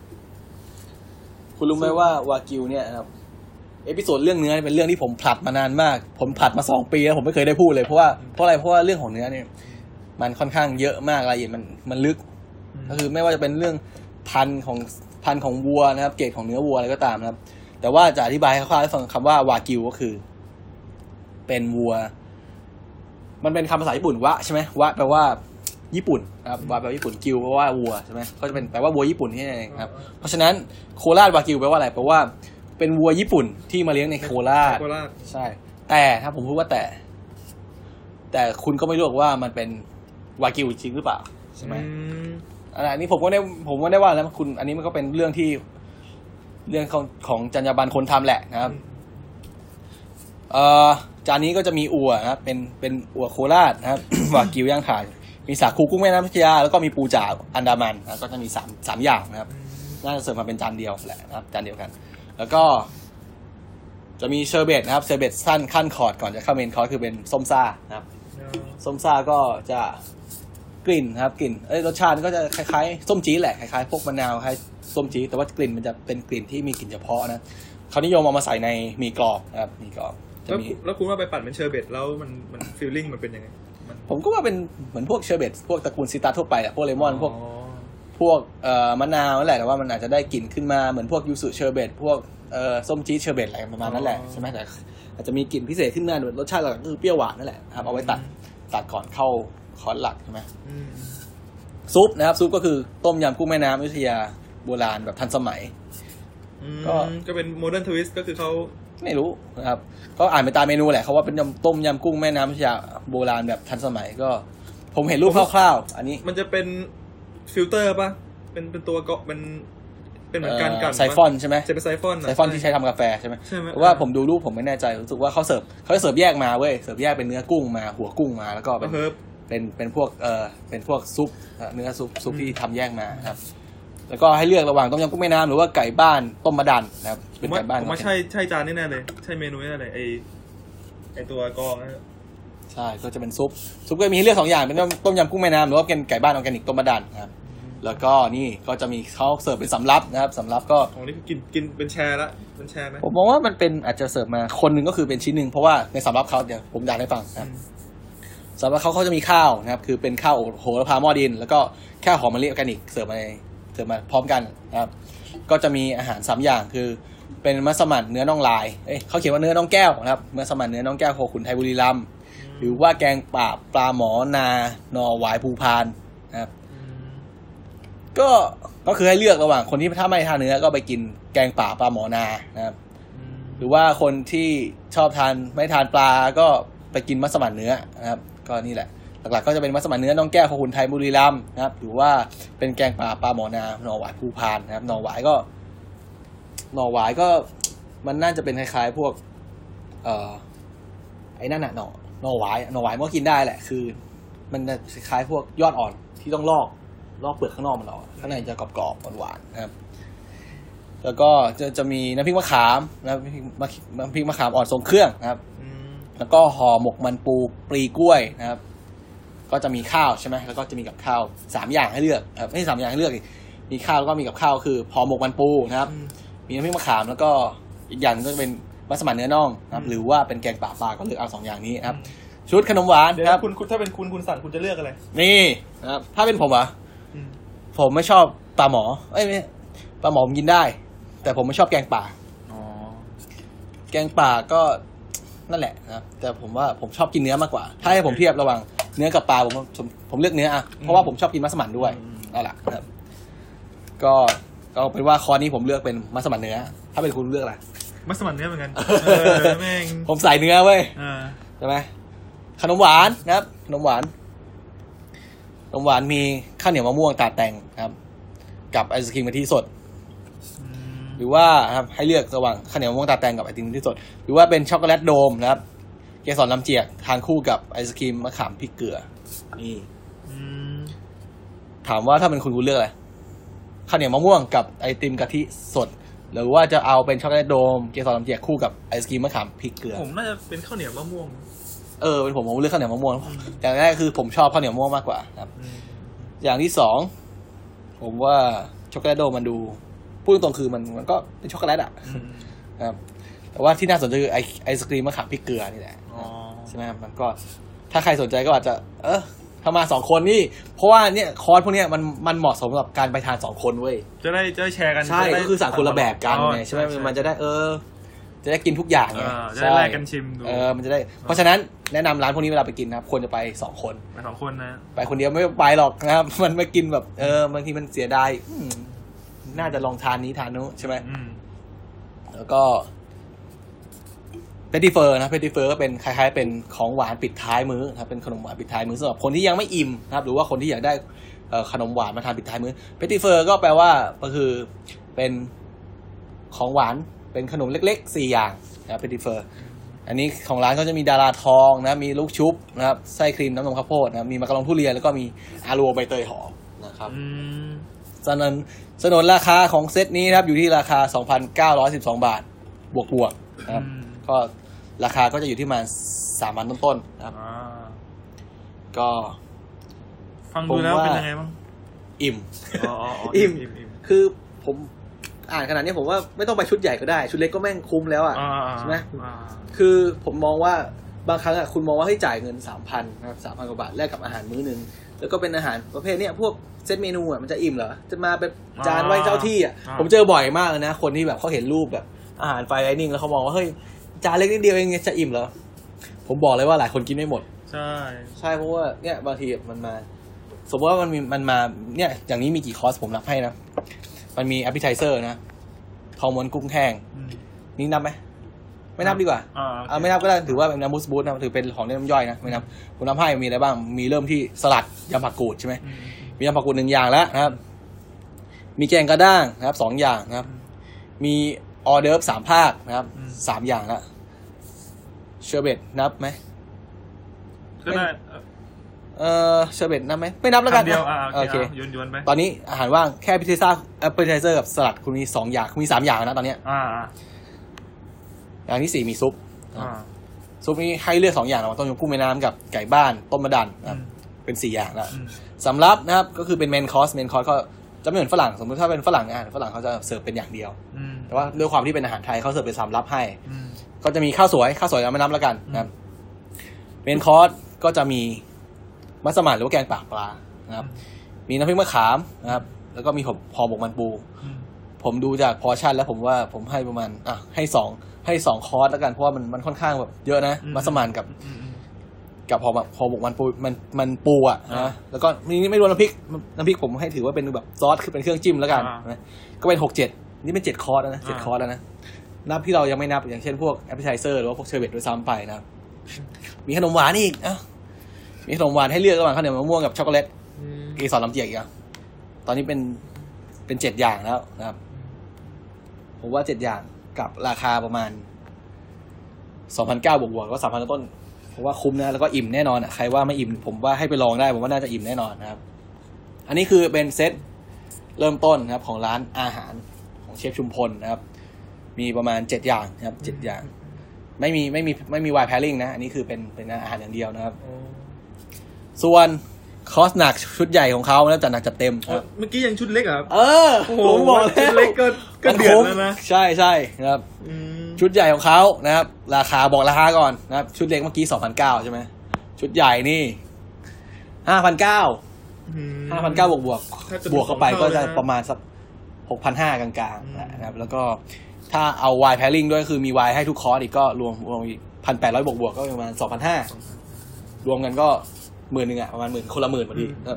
คุณรู้ไหมว่าวากิวเนี่ยครับเอพิโซดเรื่องเนื้อเป็นเรื่องที่ผมผลัดมานานมากผมผลัดมา2 ปีแล้วผมไม่เคยได้พูดเลยเพราะอะไรเพราะว่าเรื่องของเนื้อเนี่ยมันค่อนข้างเยอะมากรายละเอียดมันลึกก็คือไม่ว่าจะเป็นเรื่องพันธุ์ของวัวนะครับเกรดของเนื้อวัวอะไรก็ตามนะครับแต่ว่าจะอธิบายคร่าวๆให้ฟังคำว่าวากิวก็คือเป็นวัวมันเป็นคำภาษาญี่ปุ่นวะใช่ไหมวะแปลว่าญี่ปุ่นนะครับวะแปลว่าญี่ปุ่นกิวแปลว่าวัวใช่ไหมก็จะเป็นแปลว่าวัวญี่ปุ่นนี่เองครับเพราะฉะนั้นโคราชวากิวแปลว่าอะไรแปลว่าเป็นวัวญี่ปุ่นที่มาเลี้ยงในโคราชใช่แต่ถ้าผมพูดว่าแต่คุณก็ไม่รู้ว่ามันเป็นวากิวจริงหรือเปล่าใช่ไหมอันนี้ผมก็ได้ว่าแล้วคุณอันนี้มันก็เป็นเรื่องของจรรยาบรรณคนทำแหละนะครับจานนี้ก็จะมีอั่วนะครับเป็นอั่วโคราชนะครับ วากิวย่างถ่านมีสาคูกุ้งแม่น้ำพัทยาแล้วก็มีปูจ่าอันดามันนะก็จะมี3อย่างนะครับน่าจะเสิร์ฟมาเป็นจานเดียวแหละนะครับจานเดียวกันแล้วก็จะมีเชอร์เบตนะครับเชอร์เบตสั้นขั้นคอร์ดก่อนจะเข้าเมนคอร์สคือเป็นส้มซ่านะครับส้มซ่าก็จะกลิ่นนะครับกลิ่นรสชาติก็จะคล้ายๆส้มจี๊ดแหละคล้ายๆพวกมะนาวคล้ายส้มจี๊ดแต่ว่ากลิ่นมันจะเป็นกลิ่นที่มีกลิ่นเฉพาะนะเขานิยมเอามาใส่ในหมี่กรอบนะครับหมี่กรอบแล้วคุณว่าไปปั่นเป็นเชอร์เบตแล้วมันฟีลลิ่งมันเป็นยังไงผมก็ว่าเป็นเหมือนพวกเชอร์เบตพวกตระกูลซิตรัสทั่วไปแหละพวกเลมอนพวกมะนาวนั่นแหละแต่ว่ามันอาจจะได้กลิ่นขึ้นมาเหมือนพวกยูสุเชอร์เบตพวกส้มจี๊ดเชอร์เบตอะไรประมาณนั้นแหละใช่ไหมแต่อาจจะมีกลิ่นพิเศษขึ้นมารสชาติหลักก็คือเปรี้ยวหวานนั่นแหละครับเอาไว้ตัดก่อนเข้าคอร์สหลักใช่ไหมซุปนะครับซุปก็คือต้มยำกุ้งแม่น้ำอยุธยาโบราณแบบทันสมัยก็เป็นโมเดิร์นทวิสต์ก็คือเขาไม่รู้นะครับก็อ่านไปตามเมนูแหละเขาว่าเป็นต้มยำกุ้งแม่น้ำอยุธยาโบราณแบบทันสมัยก็ผมเห็นรูปคร่าวๆอันนี้มันจะเป็นฟิลเตอร์ป่ะเป็นตัวเกาะเป็นเหมือนกันไซฟอนใช่ไหมจะเป็นไซฟอนที่ใช้ทำกาแฟใช่ไหมเพราะว่าผมดูรูปผมไม่แน่ใจรู้สึกว่าเขาจะเสิร์ฟแยกมาเว้ยเสิร์ฟแยกเป็นเนื้อกุ้งมาหัวกุ้งมาแล้วก็เป็นพวกซุปเนื้อซุปที่ทำแยกมาครับแล้วก็ให้เลือกระหว่างต้มยำกุ้งแม่น้ำหรือว่าไก่บ้านต้มมะดันนะครับเป็นไก่บ้านผมว่าใช่จานนี้แน่เลยใช่เมนูแน่เลยไอตัวกองใช่ก็จะเป็นซุปก็มีให้เลือก2อย่างเป็นต้มยำกุ้งแม่น้ำหรือว่าเป็นไก่บ้านออร์แกนิกต้มมะดันนะครับแล้วก็นี่ก็จะมีเขาเสิร์ฟเป็นสำรับนะครับสำรับก็นี่กินเป็นแชร์ละเป็นแชร์ไหมผมมองว่ามันเป็นอาจจะเสิร์ฟมาคนหนึ่งก็คือเป็นชิ้นหนึ่งเพราะว่าในสำรับเขาเดี๋ยวผมอยากให้ฟังนะครับสำหรับเขาจะมีข้าวนะครับคือเป็นข้าวโหระพาหม้อดินแล้วก็แค่หอมมะลิออร์แกนิกเสิร์ฟมาพร้อมกันนะครับก็จะมีอาหาร3อย่างคือเป็นมัสมั่นเนื้อน่องลายเขาเขียนว่าเนื้อน่องแก้วนะครับมัสมั่นเนื้อน่องแก้วโคขุนไทยบุรีรัมย์หรือว่าแกงป่าปลาหมอนาหน่อหวายภูพานนะครับก็คือให้เลือกระหว่างคนที่ถ้าไม่ทานเนื้อก็ไปกินแกงป่าปลาหมอนานะครับหรือว่าคนที่ชอบไม่ทานปลาก็ไปกินมัสมั่นเนื้อนะครับก็นี่แหละหลักๆก็จะเป็นมัสมั่นเนื้อน้องแก้วของคุณไทยบุรีรัมย์นะครับหรือว่าเป็นแกงป่าปลาหมอนาหน่อหวายภูพานนะครับหน่อหวายก็มันน่าจะเป็นคล้ายๆพวกไอ้นั่นน่ะหน่อหวายมันก็กินได้แหละคือมันจะคล้ายๆพวกยอดอ่อนที่ต้องลอกเปลือกข้างนอกมันออกข้างในจะกรอบๆหวานๆนะครับแล้วก็จะมีน้ำพริกมะขามน้ำพริกมะขามอ่อนทรงเครื่องนะครับแล้วก็ห่อหมกมันปูปลีกล้วยนะครับก็จะมีข้าวใช่ไหมแล้วก็จะมีกับข้าว3อย่างให้เลือกครับไม่ใช่3อย่างให้เลือกมีข้าวแล้วก็มีกับข้าวคือห่อหมกมันปูนะครับมีน้ำพริกมะขามแล้วก็อีกอย่างก็จะเป็นมัสมั่นเนื้อน่องนะครับหรือว่าเป็นแกงป่าปลาก็เลือกเอา2อย่างนี้นะครับชุดขนมหวานครับคุณถ้าเป็นคุณสั่งคุณจะเลือกอะไรนี่นะครับถ้าเป็นผมผมไม่ชอบปลาหมอไม่ปลาหมอผมกินได้แต่ผมไม่ชอบแกงป่าแกงป่าก็นั่นแหละนะครับแต่ผมว่าผมชอบกินเนื้อมากกว่าถ้าให้ผมเทียบระหว่างเนื้อกับปลาผมเลือกเนื้อเพราะว่าผมชอบกินมัสมั่นด้วยนั่นแหละครับก็เป็นว่าคอนี้ผมเลือกเป็นมัสมั่นเนื้อถ้าเป็นคุณเลือกอะไรมัสมั่นเนื้อเหมือนกันแม่งผมใส่เนื้อเว้ยใช่ไหมขนมหวานนะครับขนมหวานมีข้าวเหนียวมะม่วงตาแตงครับกับไอศกรีมกะทิสดหรือว่าครับให้เลือกระหว่างข้าวเหนียวมะม่วงตาแตงกับไอศกรีมกะทิสดหรือว่าเป็นช็อกโกแลตโดมนะครับเกสรลำเจียกทานคู่กับไอศกรีมมะขามพริกเกลือนี่ถามว่าถ้าเป็นคุณเลือกอะไรข้าวเหนียวมะม่วงกับไอติมกะทิสดหรือว่าจะเอาเป็นช็อกโกแลตโดมเกสรลำเจียกคู่กับไอศกรีมมะขามพริกเกลือผมน่าจะเป็นข้าวเหนียวมะม่วงเป็นผมเลือกข้าวเหนียวมะม่วงอย่างแรกคือผมชอบข้าวเหนียวมะม่วงมากกว่าครับอย่างที่2ผผมว่าช็อกโกแลตโดมันดูพูดตรงๆคือมันก็เป็นช็อกโกแลตครับแต่ว่าที่น่าสนใจคือไอศกรีมมะขามพริกเกลือนี่แหละใช่ไหมมันก็ถ้าใครสนใจก็อาจจะถ้ามา2 คนนี่เพราะว่าเนี่ยคอร์สพวกเนี้ยมันเหมาะสมกับการไปทาน2 คนเว้ยจะได้แชร์กันใช่ก็คือสั่งคนละแบบกันไงใช่ไหมมันจะได้จะได้กินทุกอย่างไงจะได้แลกกันชิมดูมันจะได้เพราะฉะนั้นแนะนำร้านพวกนี้เวลาไปกินนะครับควรจะไป2 คนไป2 คนนะไปคนเดียวไม่ไปหรอกนะครับมันไม่กินแบบบางทีมันเสียดายน่าจะลองทานนี้ทานนู้นใช่ไหมแล้วก็เพดดิเฟอร์นะเพดดิเฟอร์ก็เป็นคล้ายๆเป็นของหวานปิดท้ายมื้อนะครับเป็นขนมหวานปิดท้ายมื้อสำหรับคนที่ยังไม่อิ่มนะครับหรือว่าคนที่อยากได้ขนมหวานมาทานปิดท้ายมื้อเพดดิเฟอร์ก็แปลว่าก็คือเป็นของหวานเป็นขนมเล็กๆ4 อย่างนะเพดดิเฟอร์อันนี้ของร้านก็จะมีดาราทองนะมีลูกชุบนะครับไส้ครีมน้ำนมข้าวโพดนะมีมะกะลองทุเรียนแล้วก็มีอารัวใบเตยหอมนะครับสนนราคาของเซตนี้นะครับอยู่ที่ราคา 2,912 บาทบวกนะครับก็ราคาก็จะอยู่ที่ประมาณ3,000 ต้นๆนะครับก็ฟังดูแล้วเป็นยังไงบ้างอิ่มอิ่มคือผมอ่านขนาดนี้ผมว่าไม่ต้องไปชุดใหญ่ก็ได้ชุดเล็กก็แม่งคุ้มแล้วอ่ะใช่ไหมคือผมมองว่าบางครั้งอ่ะคุณมองว่าให้จ่ายเงิน 3,000 นะครับ 3,000 กว่าบาทแลกกับอาหารมื้อนึงแล้วก็เป็นอาหารประเภทเนี้ยพวกเซตเมนูอ่ะมันจะอิ่มเหรอจะมาเป็นจานไว้เจ้าที่อ่ะผมเจอบ่อยมากเลยนะคนที่แบบเขาเห็นรูปแบบอาหารไฟไดนิ่งแล้วเขามองว่าเฮ้ยจานเล็กนิดเดียวเองจะอิ่มเหรอผมบอกเลยว่าหลายคนกินไม่หมดใช่เพราะว่าเนี่ยบางทีมันมาสมมติว่ามันมาเนี่ยอย่างนี้มีกี่คอร์สผมนับให้นะมันมีแอปเปิลไทเซอร์นะทองม้วนกุ้งแห้งนี่นับไหมไม่นับดีกว่าไม่นับก็ได้ถือว่าเป็นน้ำมูสบูทนะถือเป็นของน้ำย่อยนะไม่นับผมนับให้มีอะไรบ้างมีเริ่มที่สลัดยำผักกูดใช่ไหมมียำผักกูด1 อย่างแล้วนะครับมีแกงกระด้างนะครับ2 อย่างนะครับมีออเดิร์ฟ3 ภาคนะครับ3 อย่างแล้วเชอร์เบตนับไหมก็ได้เชอร์เบตนับไหมไม่นับแล้วกันโอเคย้อนไปตอนนี้อาหารว่างแค่พิซซ่าแอปเปิลไทเซอร์กับสลัดคุณมี2 อย่างมี3 อย่างนะตอนนี้อย่างที่4มีซุปนี้ให้เลือก2 อย่างนะต้มยำกุ้งแม่น้ำกับไก่บ้านต้มมะดันนะครับเป็น4 อย่างแล้วสำรับนะครับก็คือเป็นเมนคอร์สก็จะไม่เหมือนฝรั่งสมมติถ้าเป็นฝรั่งฝรั่งเขาจะเสิร์ฟเป็นอย่างเดียวแต่ว่าด้วยความที่เป็นอาหารไทยเขาเสิร์ฟเป็นสำรับให้ก็จะมีข้าวสวยเราไม่นับแล้วกันนะครับเมนคอร์สก็จะมีมัสมั่นหรือว่าแกงปากปลานะครับมีน้ำพริกมะขามนะครับแล้วก็มีห่อหมกมันปูผมดูจากพอร์ชั่นแล้วผมว่าผมให้ประมาณให้2 คอร์สแล้วกันเพราะว่ามันค่อนข้างแบบเยอะนะมัสมั่นกับห่อหมกมันปูอ่ะนะแล้วก็นี่ไม่รวมน้ำพริกผมให้ถือว่าเป็นแบบซอสคือเป็นเครื่องจิ้มแล้วกันนะก็เป็น6-7นี่เป็น7 คอร์สแล้วนะ7 คอร์สแล้วนะนับที่เรายังไม่นับอย่างเช่นพวกแอปเปิลไทเซอร์หรือว่าพวกเชอร์เบตด้วยซ้ำไปนะมีขนมหวานอีกมีขนมหวานให้เลือกระหว่างข้าวเหนียวมะม่วงกับช็อกโกแลตเกสรลำเจียกอีกตอนนี้เป็น7 อย่างแล้วนะครับผมว่า7 อย่างกับราคาประมาณ 2,900 บวกก็ 3,000 ต้นผมว่าคุ้มนะแล้วก็อิ่มแน่นอนใครว่าไม่อิ่มผมว่าให้ไปลองได้ผมว่าน่าจะอิ่มแน่นอนนะครับอันนี้คือเป็นเซตเริ่มต้นนะครับของร้านอาหารของเชฟชุมพลนะครับมีประมาณ7 อย่างนะครับ7 อย่างไม่มีไวน์แพร์ริงนะอันนี้คือเป็นอาหารอย่างเดียวนะครับส่วนคอสหนักชุดใหญ่ของเขาแล้วจัดหนักจัดเต็มครับเมื่อกี้ยังชุดเล็กครับผมบอกชุดเล็กก็เดือดแล้วนะใช่นะครับชุดใหญ่ของเขานะครับราคาบอกราคาก่อนนะครับชุดเล็กเมื่อกี้ 2,900 ใช่ไหมชุดใหญ่นี่ 5,900 บวกเข้าไปก็จะประมาณสัก 6,500 กลางๆนะครับแล้วก็ถ้าเอาไวน์แพร์ริงด้วยคือมีไวน์ให้ทุกคอร์สอีกก็รวมอีก 1,800 บวกก็ประมาณ 2,500 รวมกันก็10,000อ่ะประมาณ10,000คนละ10,000พอดีครับ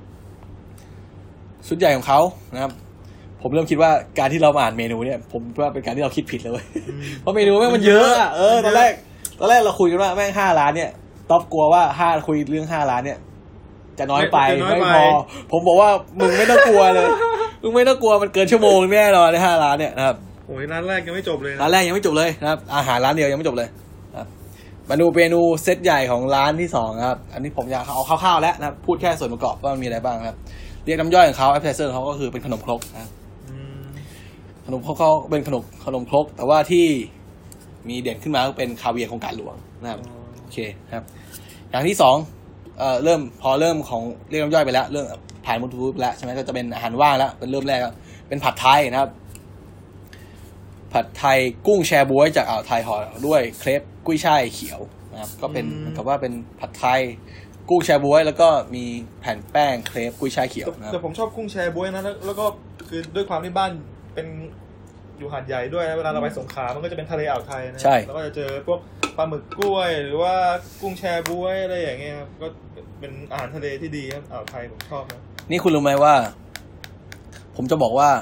ชุดใหญ่ของเขานะครับผมเริ่มคิดว่าการที่เราอ่านเมนูเนี่ยผมว่าเป็นการที่เราคิดผิดเลยเพราะเมนูแม่งมันเยอะอ่ะตอนแรกเราคุยกันว่าแม่ง5 ร้านเนี่ยต๊อบกลัวว่าคุยเรื่อง5 ร้านเนี่ยจะน้อยไปไม่พอผมบอกว่ามึงไม่ต้องกลัวเลยมึงไม่ต้องกลัวมันเกินชั่วโมงแน่นอนใน5 ร้านเนี่ยนะครับโอ้ยร้านแรกยังไม่จบเลยร้านแรกยังไม่จบเลยนะครับอาหารร้านเดียวยังไม่จบเลยมาดูเมนูเซตใหญ่ของร้านที่2ครับอันนี้ผมอยากเอาคร่าวๆแล้วนะครับพูดแค่ส่วนประกอบว่ามันมีอะไรบ้างครับเรียกน้ำย่อยของเขาแอปเปิลไทเซอร์เขาก็คือเป็นขนมครกนะขนมครกเขาเป็นขนมครกแต่ว่าที่มีเด่นขึ้นมาก็เป็นคาเวียร์ของการหลวงนะครับโอเคครับอย่างที่2เริ่มของเรียกน้ำย่อยไปแล้วเรื่องผ่านบนทูบแล้วใช่ไหมก็จะเป็นอาหารว่างแล้วเป็นเริ่มแรกแล้วเป็นผัดไทยนะครับผัดไทยกุ้งแชบ๊วยจากอ่าวไทยห่อด้วยเครปกุ้ยช่ายเขียวนะครับก็เป็นเหมือนกับว่าเป็นผัดไทยกุ้งแชบ๊วยแล้วก็มีแผ่นแป้งเครปกุ้ยช่ายเขียวนะแต่ผมชอบกุ้งแชบ๊วยนะแล้วก็คือด้วยความที่บ้านเป็นอยู่หาดใหญ่ด้วยเวลาเราไปสงขลามันก็จะเป็นทะเลอ่าวไทยนะแล้วก็จะเจอพวกปลาหมึกกล้วยหรือว่ากุ้งแชบ๊วยอะไรอย่างเงี้ยครับก็เป็นอาหารทะเลที่ดีครับอ่าวไทยผมชอบนะนี่คุณรู้ไหมว่าผมจะบอกว่า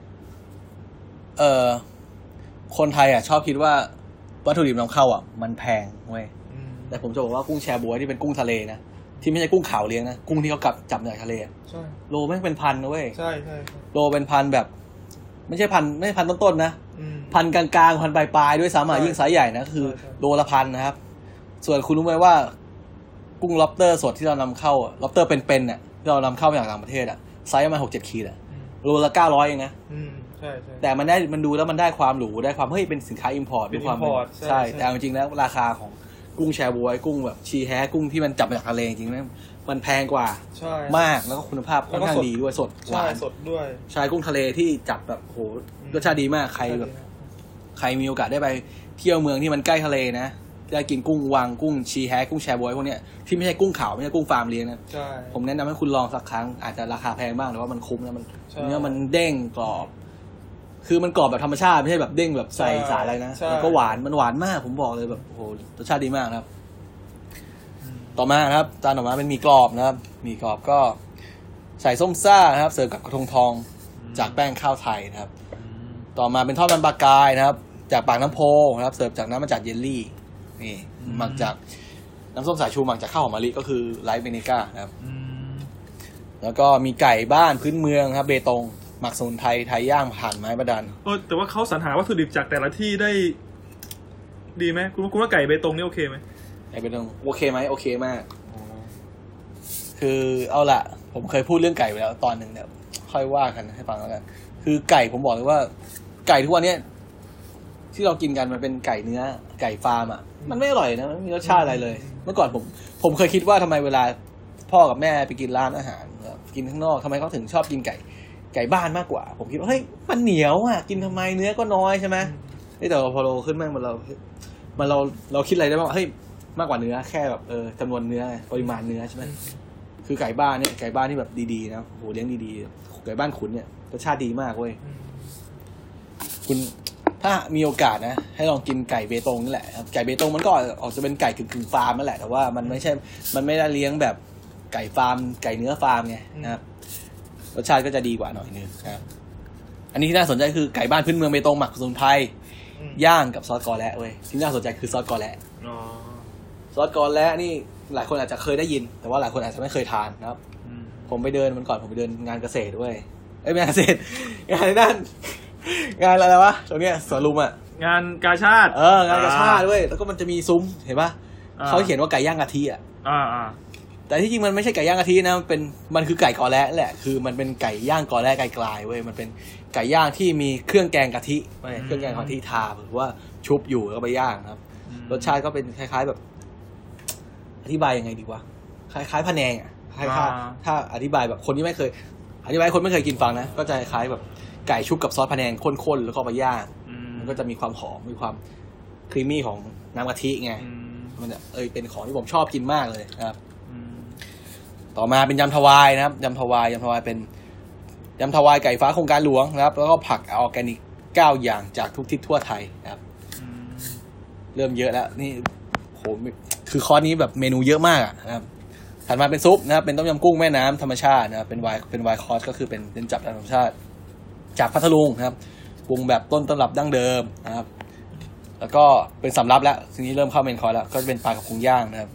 คนไทยชอบคิดว่าวัตถุดิบนำเข้ามันแพงเว้ยแต่ผมจะบอกว่ากุ้งแชบ๊วยที่เป็นกุ้งทะเลนะที่ไม่ใช่กุ้งขาวเลี้ยงนะกุ้งที่เขาจับจากทะเลใช่โลแม่งเป็นพันนะเว้ยใช่โลเป็นพันแบบไม่ใช่พันต้นๆนะพันกลางๆพันปลายๆด้วยซ้ำยิ่งไซส์ใหญ่นะคือโลละพันนะครับส่วนคุณรู้ไหมว่ากุ้งล็อบสเตอร์สดที่เรานำเข้าล็อบสเตอร์เป็นๆเนี่ยที่เรานำเข้ามาจากต่างประเทศไซส์ประมาณ 6-7 ขีดโลละ900เองนะใช่แต่มันดูแล้วมันได้ความหรูได้ความเฮ้ยเป็นสินค้าอิมพอร์ตด้วยความใช่แต่จริงๆแล้วราคาของกุ้งแชบ๊วยกุ้งแบบชีแฮกุ้งที่มันจับมาจากทะเลจริงๆมันแพงกว่ามากแล้วก็คุณภาพค่อนข้างดีด้วยสดหวานสดด้วยใช่กุ้งทะเลที่จับแบบโหรสชาติดีมากใครมีโอกาสได้ไปเที่ยวเมืองที่มันใกล้ทะเลนะได้กินกุ้งวางกุ้งชีแฮกุ้งแชบ๊วยพวกเนี้ยที่ไม่ใช่กุ้งขาวไม่ใช่กุ้งฟาร์มเลี้ยงนะผมแนะนำให้คุณลองสักครั้งอาจจะราคาแพงบ้างแต่ว่ามันคุ้มนะมันเนื้อมันเด้งกรอบคือมันกรอบแบบธรรมชาติไม่ใช่แบบเด้งแบบใส่สารอะไรนะแล้วก็หวานมันหวานมากผมบอกเลยแบบโอ้โหรสชาติดีมากนะครับต่อมาครับจานต่อมาเป็นหมี่กรอบนะครับหมี่กรอบก็ใส่ส้มซ่านะครับเสิร์ฟกับกระทงทองจากแป้งข้าวไทยนะครับต่อมาเป็นทอดมันปลากายนะครับจากปากน้ำโพนะครับเสิร์ฟจากน้ำมันจากเยลลี่นี่หมักจากน้ำส้มสายชูหมักจากข้าวหอมมะลิก็คือไลท์เวนิก้านะครับแล้วก็มีไก่บ้านพื้นเมืองครับเบตงหมักสมุนไพรไทยย่างผ่านไม้บาดาลแต่ว่าเขาสรรหาวัตถุดิบจากแต่ละที่ได้ดีไหมคุณว่าไก่เบตงนี่โอเคไหมไก่เบตงโอเคไหมโอเคมากคือเอาละผมเคยพูดเรื่องไก่ไปแล้วตอนหนึ่งเนี่ยค่อยว่ากันให้ฟังแล้วกันคือไก่ผมบอกเลยว่าไก่ทุกวันนี้ที่เรากินกันมันเป็นไก่เนื้อไก่ฟาร์มมันไม่อร่อยนะมันไม่มีรสชาติอะไรเลยเมื่อก่อนผมเคยคิดว่าทำไมเวลาพ่อกับแม่ไปกินร้านอาหารกินข้างนอกทำไมเขาถึงชอบกินไก่บ้านมากกว่าผมคิดว่าเฮ้ยมันเหนียวกินทำไมเนื้อก็น้อยใช่ไหมแต่พอเราขึ้นแม่งเราคิดอะไรได้บ้างเฮ้ยมากกว่าเนื้อแค่แบบจำนวนเนื้อปริมาณเนื้อใช่ไหมคือไก่บ้านเนี่ยไก่บ้านที่แบบดีๆนะโหเลี้ยงดีๆไก่บ้านขุนเนี่ยรสชาติดีมากเว้ยคุณถ้ามีโอกาสนะให้ลองกินไก่เบตงนี่แหละครับไก่เบตงมันก็ออกจะเป็นไก่กึ่งฟาร์มนั่นแหละแต่ว่ามันไม่ได้เลี้ยงแบบไก่ฟาร์มไก่เนื้อฟาร์มไงนะครับรสชาติก็จะดีกว่าหน่อยนึงครับอันนี้ที่น่าสนใจคือไก่บ้านพื้นเมืองเบตงหมักสมุนไพรย่างกับซอสกอแระเว้ยที่น่าสนใจคือซอสกอแระซอสกอแระนี่หลายคนอาจจะเคยได้ยินแต่ว่าหลายคนอาจจะไม่เคยทานนะครับผมไปเดินมันก่อนผมไปเดินงานเกษตรด้วยไม่งานเกษตรงานนั่นงานอะไรวะตรงเนี้ยสวนลุมงานกาชาดงานกาชาดด้วยแล้วก็มันจะมีซุ้มเห็นปะเขาเขียนว่าไก่ย่างกะทิแต่ที่จริงมันไม่ใช่ไก่ย่างกะทินะมันคือไก่กอแระแหละคือมันเป็นไก่ย่างกอแระไกลๆเว้ยมันเป็นไก่ย่างที่มีเครื่องแกงกะทิเครื่องแกงกะทิทาหรือว่าชุบอยู่แล้วก็ไปย่างครับรสชาติก็เป็นคล้ายๆแบบอธิบายยังไงดีวะคล้ายๆพะแนงคล้ายๆถ้าอธิบายแบบคนที่ไม่เคยอธิบายคนไม่เคยกินฟังนะก็จะคล้ายแบบไก่ชุบกับซอสพะแนงข้นๆแล้วก็ไปย่างมันก็จะมีความหอมมีความครีมมี่ของน้ำกะทิไงมันเป็นของที่ผมชอบกินมากเลยนะครับต่อมาเป็นยำทวายนะครับยำทวายเป็นยำทวายไก่ฟ้าโครงการหลวงนะครับแล้วก็ผักออร์แกนิก9อย่างจากทุกทิศทั่วไทยนะครับเริ่มเยอะแล้วนี่โหคือคอร์สนี้แบบเมนูเยอะมากนะครับถัดมาเป็นซุปนะครับเป็นต้มยำกุ้งแม่น้ำธรรมชาตินะครับเป็นไวน์คอร์สก็คือเป็นจับธรรมชาติจากพัทลุงนะครับปรุงแบบต้นตำรับดั้งเดิมนะครับแล้วก็เป็นสำรับแล้วทีนี้เริ่มเข้าเมนคอร์สแล้วก็จะเป็นปลากระพงย่างนะครับ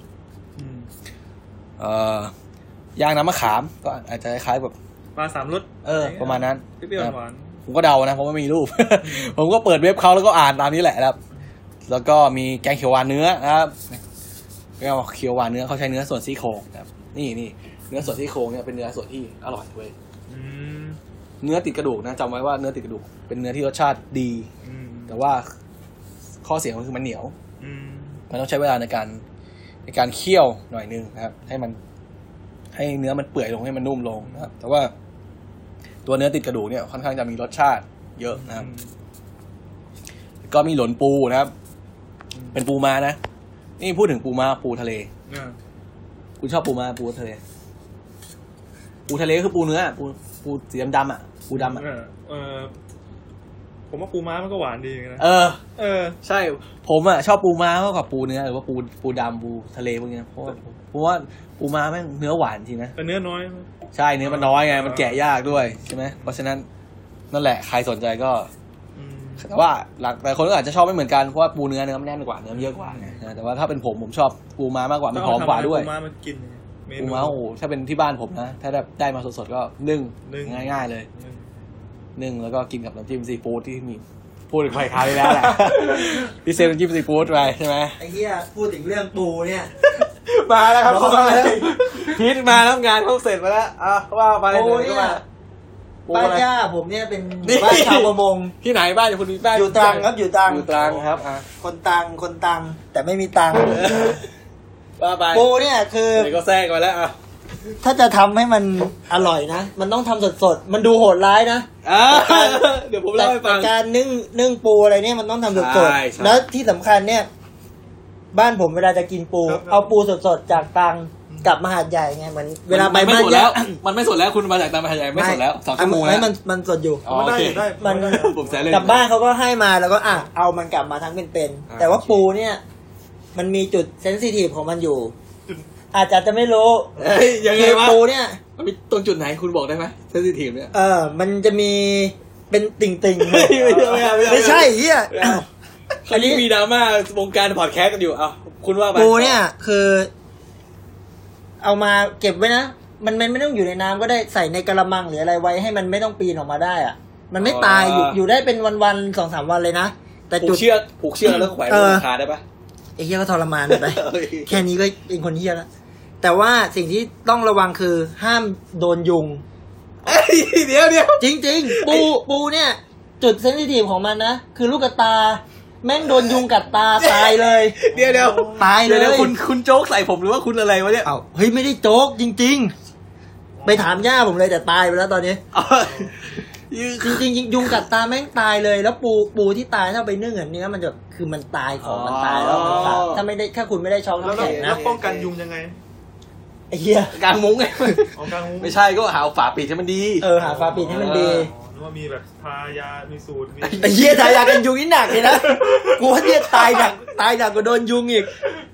ย่างน้ำมะขามก็อาจจะคล้ายแบบปลาสามรสประมาณนั้นเปรี้ยวหวานผมก็เดานะเพราะว่ามีรูป ผมก็เปิดเว็บเขาแล้วก็อ่านตามนี้แหละครับแล้วก็มีแกงเขียวหวานเนื้อนะครับแกงเขียวหวานเนื้อเขาใช้เนื้อส่วนซี่โครงครับนี่เนื้อส่วนซี่โครงเนี่ยเป็นเนื้อส่วนที่อร่อยเว้ยเนื้อติดกระดูกนะจำไว้ว่าเนื้อติดกระดูกเป็นเนื้อที่รสชาติดีแต่ว่าข้อเสียก็คือมันเหนียวมันต้องใช้เวลาในการเคี่ยวหน่อยนึงนะครับให้มันให้เนื้อมันเปื่อยลงให้มันนุ่มลงนะครับแต่ว่าตัวเนื้อติดกระดูกเนี่ยค่อนข้างจะมีรสชาติเยอะนะครับก็มีหลนปูนะครับเป็นปูม้านะนี่พูดถึงปูม้าปูทะเลคุณชอบปูม้าปูทะเลปูทะเลก็คือปูเนื้อปูสีดำๆอ่ะปูดำอ่ะผมว่าปูม้ามันก็หวานดีนะใช่ผมอ่ะชอบปูม้ามากกว่าปูเนื้อหรือว่าปูดำปูทะเลพวกนี้เพราะว่าปูม้าแม่งเนื้อหวานจริงนะแต่เนื้อน้อยใช่เนื้อมันน้อยไงมันแกะยากด้วยใช่ไหมเพราะฉะนั้นนั่นแหละใครสนใจก็แต่ว่าแต่คนก็อาจจะชอบไม่เหมือนกันเพราะว่าปูเนื้อมันแน่นกว่าเนื้อเยอะกว่าไงแต่ว่าถ้าเป็นผมชอบปูม้ามากกว่ามันหอมกว่าด้วยปูม้ามันกินปูม้าโอ้ถ้าเป็นที่บ้านผมนะถ้าได้มาสดๆก็นึ่งง่ายๆเลยนึ่งแล้วก็กินกับน้ำจิ้มซีฟู้ดที่มีพูดถึงไข่คาได้แล้วแหละพี่เซนน้ำจิ้มซีฟู้ดไปใช่ไหมไอ้เหี้ยพูดถึงเรื่องปูเนี่ยมาแล้วครับคิดมาแล้วงานเขาเสร็จมาแล้วว่าไปเลยก็มาบ้านย่าผมเนี่ยเป็นบ้านชาวประมงที่ไหนบ้านคุณบ้านอยู่ตรังครับอยู่ตรังครับคนตรังแต่ไม่มีตังค์ว่าไปปูเนี่ยคือก็แทรกมาแล้วถ้าจะทำให้มันอร่อยนะมันต้องทำสดๆมันดูโหดร้ายนะเดี๋ยวผมเล่าให้ฟังการนึ่งปูอะไรเนี่ยมันต้องทำสดๆแล้วที่สำคัญเนี่ยบ้านผมเวลาจะกินปูเอาปูสดๆจากตรังกลับมาหาดใหญ่ไงเหมือนเวลาไปไม่สดแล้วมันไม่สดแล้วคุณมาจากตรังมาหาดใหญ่ไม่สดแล้ว2 ชั่วโมงแล้วมันสดอยู่ได้มันกลับบ้านเขาก็ให้มาแล้วก็เอามันกลับมาทั้งเป็นแต่ว่าปูเนี่ยมันมีจุดเซนซิทีฟของมันอยู่อาจจะไม่รู้ยังไงวะปูเนี่ยมันมีตรงจุดไหนคุณบอกได้ไหมเซนซิทีฟเนี่ยมันจะมีเป็นติ่งๆไม่ใช่เหี้ยอันนี้มีดราม่าวงการพอดแคสต์กันอยู่คุณว่าปูเนี่ยคือเอามาเก็บไว้นะมันไม่ต้องอยู่ในน้ำก็ได้ใส่ในกระมังหรืออะไรไว้ให้มันไม่ต้องปีนออกมาได้อ่ะมันไม่ตายอยู่ได้เป็นวันๆ 2-3 วันเลยนะแต่ผูกเชือกแล้วแขวนบนขาได้ปะไอ้เหี้ยก็ทรมานไปแค่นี้ก็เป็นคนเหี้ยแล้วแต่ว่าสิ่งที่ต้องระวังคือห้ามโดนยุงเดี๋ยวจริงๆปูเนี่ยจุดเซนซิทีฟของมันนะคือลูกตาแม่งโดนยุงกัดตาตายเลยเดี๋ยวตายเลยคุณโจ๊กใส่ผมหรือว่าคุณอะไรวะเนี่ยเฮ้ยไม่ได้โจ๊กจริงๆไปถามย่าผมเลยแต่ตายไปแล้วตอนนี้จริงยุงกัดตาแม่งตายเลยแล้วปูที่ตายถ้าไปนึ่งเนื้อมันจะคือมันตายของมันตายแล้วถ้าไม่ได้ถ้าคุณไม่ได้ช็อกน้ำแข็งนะแล้วป้องกันยุงยังไงไอ้เหี้ยกางมุ้งไงไม่ใช่ก็หาฝาปิดให้มันดีหาฝาปิดให้มันดีว่ามีแบบทายามีสูตรไอ้เหี้ยทายากันยุงนี่หนักเลยนะกูว่าเนี่ยตายหนักกว่าโดนยุงอีก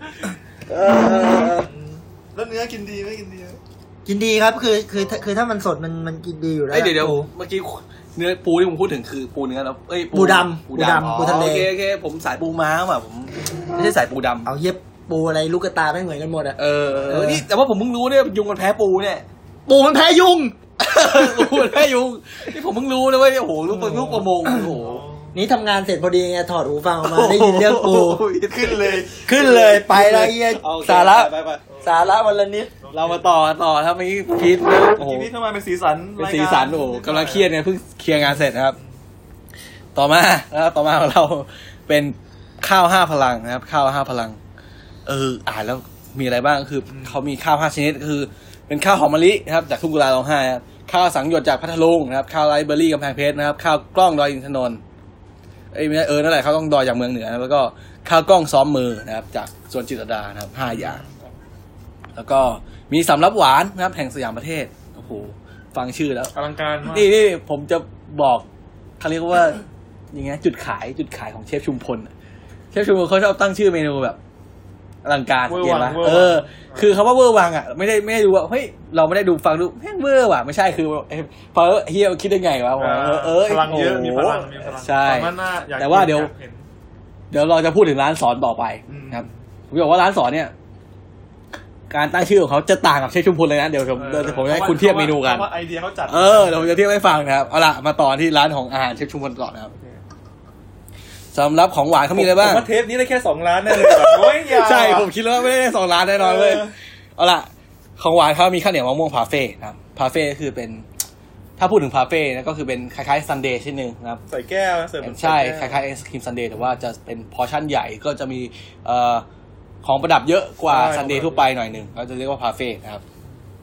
แล้วเนื้อกินดีไหมกินดีครับคือถ้ามันสดมันกินดีอยู่แล้วเดี๋ยวเมื่อกี้เนื้อปูที่ผมพูดถึงคือปูเนื้อแล้วปูดำปูทะเลโอเคผมสายปูม้าว่ะผมไม่ใช่สายปูดำเอาเย็บปูอะไรลูกกระตาไม่เหมือนกันหมดอ่ะนี่แต่ว่าผมเพิ่งรู้เนี่ยยุงมันแพ้ปูเนี่ยปูมันแพ้ยุงปูมันแพ้ยุงนี่ผมเพิ่งรู้เลยว่าโอ้โหลูกประมงโอ้โหนี่ทำงานเสร็จพอดีไงถอดหูฟังออกมาได้ยินเรื่องปูขึ้นเลยไปแล้วเหี้ยสาระวันละนิดเรามาต่อถ้าไม่คิดนะโอ้โหนี่ทำไมเป็นสีสันโอ้โหกำลังเครียดไงเพิ่งเคลียร์งานเสร็จนะครับต่อมาของเราเป็นข้าว5พลังนะครับข้าว5พลังอ่านแล้วมีอะไรบ้างคือเขามีข้าว5ชนิดคือเป็นข้าวหอมมะลินะครับจากทุ่งกุลาร้องไห้ครับข้าวสังหยดจากพัทลุงนะครับข้าวไรซ์เบอร์รี่กำแพงเพชรนะครับข้าวกล้องดอยอินทนนท์นั่นแหละข้าวกล้องดอยจากเมืองเหนือแล้วก็ข้าวกล้องซ้อมมือนะครับจากสวนจิตรดานะครับ5อย่างแล้วก็มีสำรับหวานนะครับแห่งสยามประเทศโอ้โหฟังชื่อแล้วอลังการมากนี่ผมจะบอกเขาเรียกว่าอย่างเงี้ยจุดขายของเชฟชุมพลเขาชอบตั้งชื่อเมนูแบบอลังการเก่งป่ะคือคำว่าเวอร์วังอ่ะไม่ได้ดูว่าเฮ้ยเราไม่ได้ดูฟังดูแม่งเวอร์ว่ะไม่ใช่คือพอเฮียคิดได้ไงวะพลังเยอะมีพลังใช่แต่ว่าเดี๋ยวเราจะพูดถึงร้านสอนต่อไปครับผมบอกว่าร้านสอนเนี่ยการตั้งชื่อของเขาจะต่างกับเชฟชุมพลเลยนะเดี๋ยวผมให้คุณเทียบเมนูกันไอเดียเขาจัดเดี๋ยวผมจะเทียบให้ฟังนะครับเอาล่ะมาต่อที่ร้านของอาหารเชฟชุมพลต่อนะครับสำหรับของหวานเขามีอะไรบ้างผมว่าเทปนี้ได้แค่2 ร้านแน่เลยใช่ผมคิดว่าไม่ได้2 ร้านแน่นอนเลยเอาล่ะของหวานเขามีข้าวเหนียวมะม่วงพาเฟ่ครับพาเฟ่คือเป็นถ้าพูดถึงพาเฟ่นะก็คือเป็นคล้ายๆซันเดย์ชิ้นนึงนะครับใส่แก้วเสิร์ฟใช่คล้ายๆไอศครีมซันเดย์แต่ว่าจะเป็นพอร์ชั่นใหญ่ก็จะมีของประดับเยอะกว่าซันเดย์ทั่วไปหน่อยนึงเราจะเรียกว่าพาเฟ่นะครับ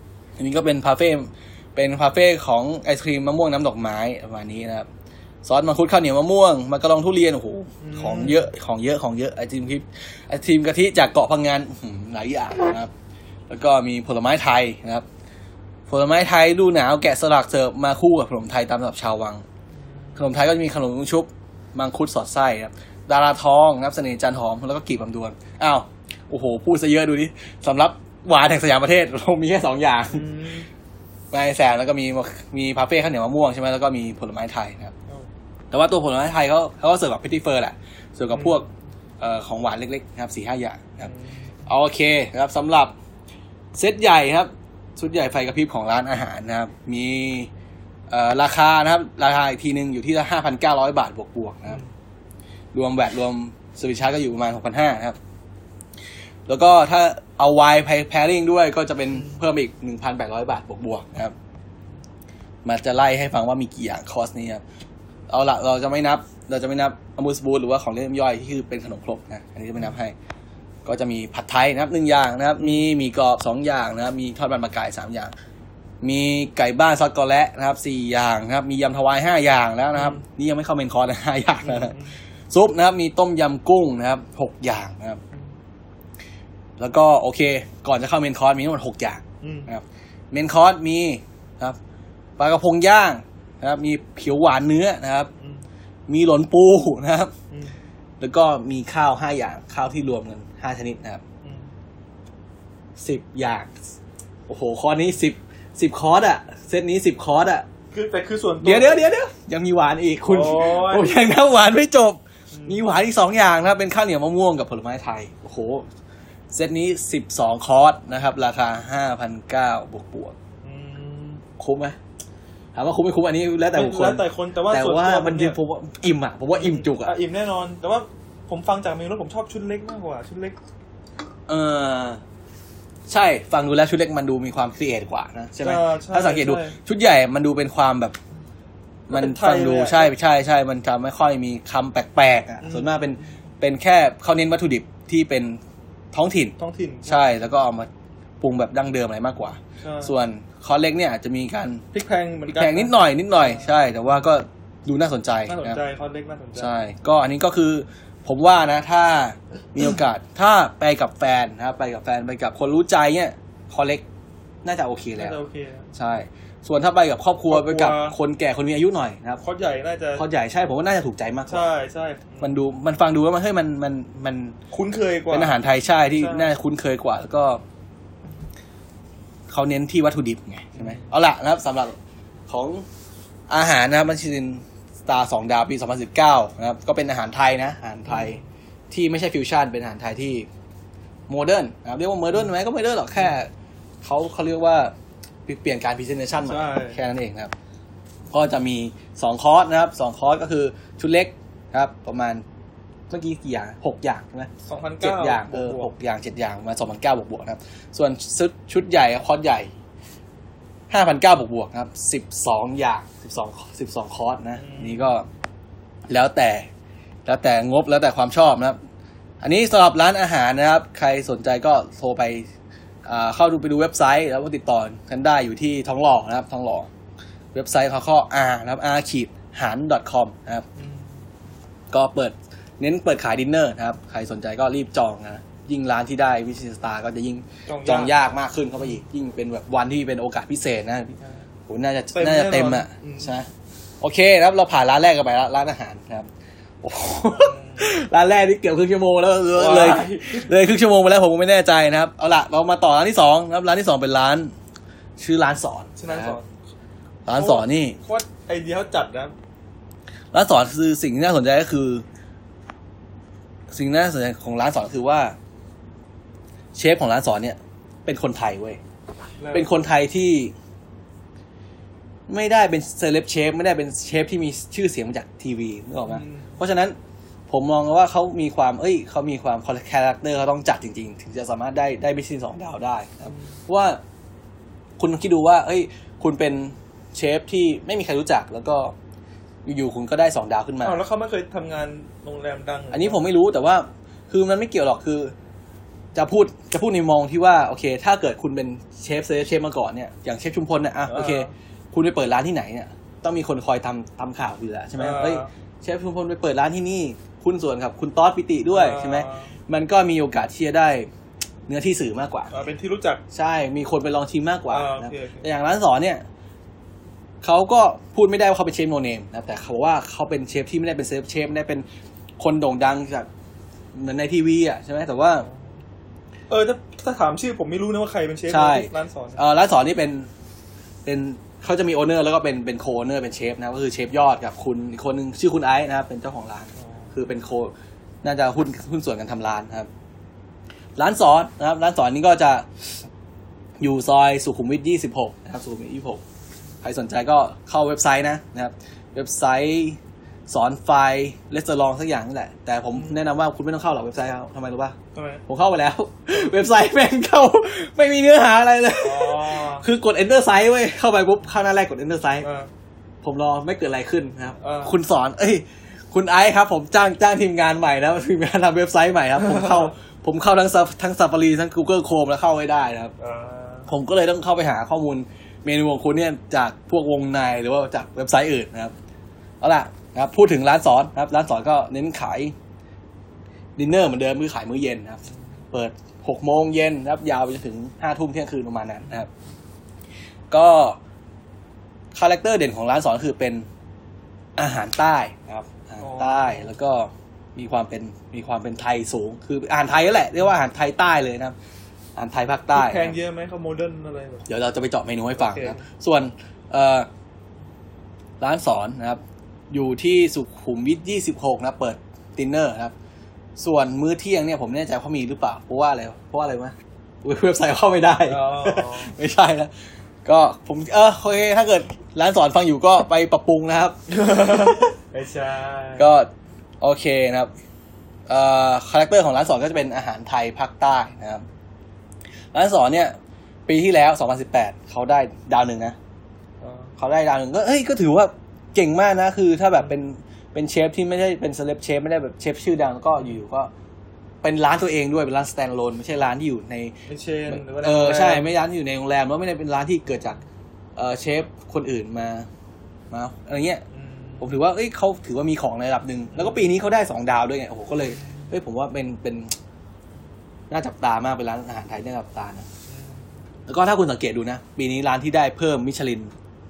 อันนี้ก็เป็นพาเฟ่ของไอศครีมมะม่วงน้ำดอกไม้ประมาณนี้นะครับซอสมังคุดข้าวเหนียวมะม่วงมะกะลองทุเรียนโอ้โหของเยอะไอติมกะทิจากเกาะพังงานหลายอย่างนะครับแล้วก็มีผลไม้ไทยนะครับผลไม้ไทยฤดูหนาวแกะสลักเสิร์ฟมาคู่กับขนมไทยตามสำหรับชาววังขนมไทยก็จะมีขนมชุบมังคุดสอดไส้ครับดาราทองนะครับเสน่ห์จันหอมแล้วก็กีบลำดวนอ้าวโอ้โหพูดซะเยอะดูดิสำหรับหวานแห่งสยามประเทศเรามีแค่2อย่างไอแซมแล้วก็มีพาเฟ่ข้าวเหนียวมะม่วงใช่ไหมแล้วก็มีผลไม้ไทยนะครับแต่ว่าตัวผลไม้ไทยเขาก็เสิร์ฟแบบพิตตี้เฟอร์แหละเสิร์ฟกับพวกของหวานเล็กๆนะครับ 4-5 อย่างนะครับโอเคนะครับสำหรับเซตใหญ่ครับชุดใหญ่ไฟกระพริบของร้านอาหารนะครับมีราคานะครับราคาอีกทีนึงอยู่ที่ 5,900 บาทบวกๆนะครับรวมแวตรวมเซอร์วิสชาร์จก็อยู่ประมาณ 6,500 นะครับแล้วก็ถ้าเอาไวน์แพร์ริ่งด้วยก็จะเป็นเพิ่มอีก 1,800 บาทบวกๆนะครับมาจะไล่ให้ฟังว่ามีกี่อย่างคอสนี้ครับเอาละเราจะไม่นับอมูสบูธหรือว่าของเล่นย่อยที่คือเป็นขนมครกนะอันนี้จะไม่นับให้ก็จะมีผัดไทยนะครับ1อย่างนะครับมีหมี่กรอบ2อย่างนะครับมีทอดมันปลากาย3อย่างมีไก่บ้านซอสกอแระนะครับ4อย่างนะครับมียำทวาย5อย่างแล้วนะครับนี่ยังไม่เข้าเมนคอร์สนะ5อย่างนะซุปนะครับมีต้มยำกุ้งนะครับ6อย่างนะครับแล้วก็โอเคก่อนจะเข้าเมนคอร์สมีทั้งหมด6อย่างนะครับเมนคอร์สมีครับปลากระพงย่างนะครับมีเขียวหวานเนื้อนะครับมีหลนปูนะครับแล้วก็มีข้าว5อย่างข้าวที่รวมกัน5ชนิดนะครับ10อย่างโอ้โหคอร์สนี้10คอร์สอ่ะเซตนี้10คอร์สอ่ะคือส่วนตัวเดี๋ยวยังมีหวานอีกคุณผมยังนับหวานไม่จบมีหวานอีก2อย่างนะครับเป็นข้าวเหนียวมะม่วงกับผลไม้ไทยโอ้โหเซตนี้12คอร์สนะครับราคา 5,900 บวกคุ้มไหมถามว่าคุ้มไม่คุ้มอันนี้แล้วแต่บุคคลแต่ว่ามันจริงผมว่าอิ่มอ่ะผมว่าอิ่มจุกอ่ะอิ่มแน่นอนแต่ว่าผมฟังจากเมนูแล้วผมชอบชุดเล็กมากกว่าชุดเล็กใช่ฟังดูแล้วชุดเล็กมันดูมีความครีเอทกว่านะใช่ไหมถ้าสังเกตดูชุดใหญ่มันดูเป็นความแบบมันฟังดูใช่มันจะไม่ค่อยมีคำแปลกๆอ่ะส่วนมากเป็นแค่เขาเน้นวัตถุดิบที่เป็นท้องถิ่นใช่แล้วก็เอามาปรุงแบบดั้งเดิมอะไรมากกว่าส่วนคอร์สเล็กเนี่ยจะมีการพริกแพงนิดหน่อยใช่แต่ว่าก็ดูน่าสนใจคอร์สเล็กน่าสนใจใช่ก็อันนี้ก็คือผมว่านะถ้ามีโอกาสถ้าไปกับแฟนนะครับไปกับคนรู้ใจเนี่ยคอร์สเล็กน่าจะโอเคแล้วใช่ส่วนถ้าไปกับครอบครัวไปกับคนแก่คนมีอายุหน่อยนะครับคอร์สใหญ่น่าจะคอร์สใหญ่ใช่ผมว่าน่าจะถูกใจมากกว่าใช่มันฟังดูว่ามันคุ้นเคยกว่าเป็นอาหารไทยใช่ที่น่าคุ้นเคยกว่าแล้วก็เขาเน้นที่วัตถุดิบไงใช่ไหมเอาละนะครับสำหรับของอาหารนะครับมิชลินสตาร์2 ดาวปี 2019 นะครับก็เป็นอาหารไทยนะอาหารไทยที่ไม่ใช่ฟิวชั่นเป็นอาหารไทยที่โมเดิร์นนะครับเรียกว่าโมเดิร์นไหมก็ไม่เดิร์นหรอกแค่เขาเรียกว่าเปลี่ยนการพรีเซนเทชันมาแค่นั้นเองครับก็จะมี2คอร์สนะครับ2คอร์สก็คือชุดเล็กครับประมาณเมื่อกี้กี่อย่าง6อย่างใช่ไหม 7 อย่าง6อย่าง7อย่างมา 2,900 บวกๆนะครับส่วนชุดใหญ่คอร์สใหญ่ 5,900 บวกๆนะครับ12อย่าง12คอร์สนะนี่ก็แล้วแต่งบแล้วแต่ความชอบนะครับอันนี้สำหรับร้านอาหารนะครับใครสนใจก็โทรไปเข้าไปดูเว็บไซต์แล้วก็ติดต่อกันได้อยู่ที่ทองหล่อนะครับทองหล่อเว็บไซต์เขานะครับ r-han.com นะครับก็เน้นเปิดขายดินเนอร์นะครับใครสนใจก็รีบจองนะยิ่งร้านที่ได้มิชลินสตาร์ก็จะยิ่งจองยากมากขึ้นเข้าไปอีกยิ่งเป็นแบบวันที่เป็นโอกาสพิเศษนะโหน่าจะเต็มอ่ะใช่โอเคครับเราผ่านร้านแรกกันไปแล้วร้านอาหารนะครับร้านแรกนี่เกือบครึ่งชั่วโมงแล้วเลยครึ่งชั่วโมงไปแล้วผมไม่แน่ใจนะครับเอาล่ะเรามาต่อร้านที่2นะครับร้านที่2เป็นร้านชื่อร้านสอนร้านสอนนี่โคตรไอเดียเขาจัดนะร้านสอนคือสิ่งที่น่าสนใจก็คือสิ่งน่าสนใจของร้านสอนคือว่าเชฟของร้านสอนเนี่ยเป็นคนไทยเว้ยเป็นคนไทยที่ไม่ได้เป็นเซเลบเชฟไม่ได้เป็นเชฟที่มีชื่อเสียงมาจากทีวีนึกออกไหมเพราะฉะนั้นผมมองว่าเขามีความคาแรคเตอร์เขาต้องจัดจริงๆถึงจะสามารถได้มิชลิน2 ดาวได้ครับเพราะว่าคุณคิดดูว่าคุณเป็นเชฟที่ไม่มีใครรู้จักแล้วก็อยู่ๆคุณก็ได้2 ดาวขึ้นมาแล้วเขาไม่เคยทำงานโรงแรมดังอันนี้ผมไม่รู้แต่ว่าคือมันไม่เกี่ยวหรอกคือจะพูดจะพูดในมองที่ว่าโอเคถ้าเกิดคุณเป็นเชฟมาก่อนเนี่ยอย่างเชฟชุมพลเนี่ยโอเคคุณไปเปิดร้านที่ไหนเนี่ยต้องมีคนคอยทำข่าวอยู่แล้วใช่ไหมเฮ้ยเชฟชุมพลไปเปิดร้านที่นี่คุณส่วนกับคุณต๊อดปิติด้วยใช่ไหมมันก็มีโอกาสที่จะได้เนื้อที่สื่อมากกว่าเป็นที่รู้จักใช่มีคนไปลองชิมมากกว่านะแต่อย่างร้านสอนเนี่ยเขาก็พูดไม่ได้ว่าเขาเป็นเชฟโนเนมนะแต่เขาว่าเขาเป็นเชฟที่ไม่ได้เป็นเชฟไม่ได้เป็นคนโด่งดังจากเหมือนในทีวีอ่ะใช่ไหมแต่ว่าถ้าถามชื่อผมไม่รู้นะว่าใครเป็นเชฟร้านสอนร้านสอนนี่เป็นเขาจะมีโอเนอร์แล้วก็เป็นโคโอเนอร์เป็นเชฟนะก็คือเชฟยอดกับคุณอีกคนนึงชื่อคุณไอซ์นะครับเป็นเจ้าของร้านคือเป็นโคน่าจะหุ้นส่วนกันทำร้านนะครับร้านสอนนะครับร้านสอนนี้ก็จะอยู่ซอยสุขุมวิท26นะครับสุขุมวิท26ใครสนใจก็เข้าเว็บไซต์นะครับเว็บไซต์สอนไฟรีสอร์ทสักอย่างนี่แหละแต่ผมแนะนำว่าคุณไม่ต้องเข้าหรอกเว็บไซต์เขาทำไมรู้ป่ะผมเข้าไปแล้ว เว็บไซต์แม่งเข้าไม่มีเนื้อหาอะไรเลยคือกด enter site เว้ยเข้าไปปุ๊บข้างหน้าแรกกด enter site ผมรอไม่เกิดอะไรขึ้นนะครับคุณสอนคุณไอซ์ครับผมจ้างทีมงานใหม่แล้วทีมงานทำเว็บไซต์ใหม่ครับผมเข้าทั้ง Safari ทั้ง Google Chrome แล้วเข้าไม่ได้นะครับผมก็เลยต้องเข้าไปหาข้อมูลเมนูของคุณเนี่ยจากพวกวงในหรือว่าจากเว็บไซต์อื่นนะครับเอาล่ะนะครับพูดถึงร้านสอนนะครับร้านสอนก็เน้นขายดินเนอร์เหมือนเดิมคือขายมื้อเย็นนะครับเปิด 6 โมงเย็นนะครับยาวไปจนถึง 5 ทุ่มเที่ยงคืนประมาณนั้นนะครับก็คาแรคเตอร์เด่นของร้านสอนคือเป็นอาหารใต้นะครับอาหารใต้แล้วก็มีความเป็นไทยสูงคืออาหารไทยนั่นแหละเรียกว่าอาหารไทยใต้เลยนะครับอาหารไทยภาคใต้แพงเยอะไหมเขาโมเดิร์นอะไรแบบเดี๋ยวเราจะไปเจาะเมนูให้ฟังนะครับส่วนร้านสอนนะครับอยู่ที่สุขุมวิท26นะเปิดดินเนอร์นะครับส่วนมื้อเที่ยงเนี่ยผมไม่แน่ใจเขามีหรือเปล่าเพราะว่าอะไรวะเว็บไซต์เข้าไม่ได้ ไม่ใช่นะก็ผมโอเคถ้าเกิดร้านสอนฟังอยู่ก็ไปปรับปรุงนะครับไม่ใช่ก็โอเคนะครับคาแรคเตอร์ของร้านสอนก็จะเป็นอาหารไทยภาคใต้นะครับร้านสอนเนี่ยปีที่แล้ว2018เขาได้ดาว1นะเขาได้ดาว1ก็ถือว่าเก่งมากนะคือถ้าแบบเป็นเชฟที่ไม่ได้เป็นเซเลบเชฟไม่ได้แบบเชฟชื่อดังก็อยู่ก็เป็นร้านตัวเองด้วยเป็นร้านสแตนด์อะโลนไม่ใช่ร้านที่อยู่ในเชนหรือว่าใช่ไม่ร้านที่อยู่ในโรงแรมแล้วไม่ได้เป็นร้านที่เกิดจากเชฟคนอื่นมาอะไรเงี้ยผมถือว่าเขาถือว่ามีของในระดับนึงแล้วก็ปีนี้เขาได้2ดาวด้วยไงโอ้โหก็เลยผมว่าเป็นน่าจับตามากเป็นร้านอาหารไทยน่าจับตานะแล้วก็ถ้าคุณสังเกตดูนะปีนี้ร้านที่ได้เพิ่มมิชลิน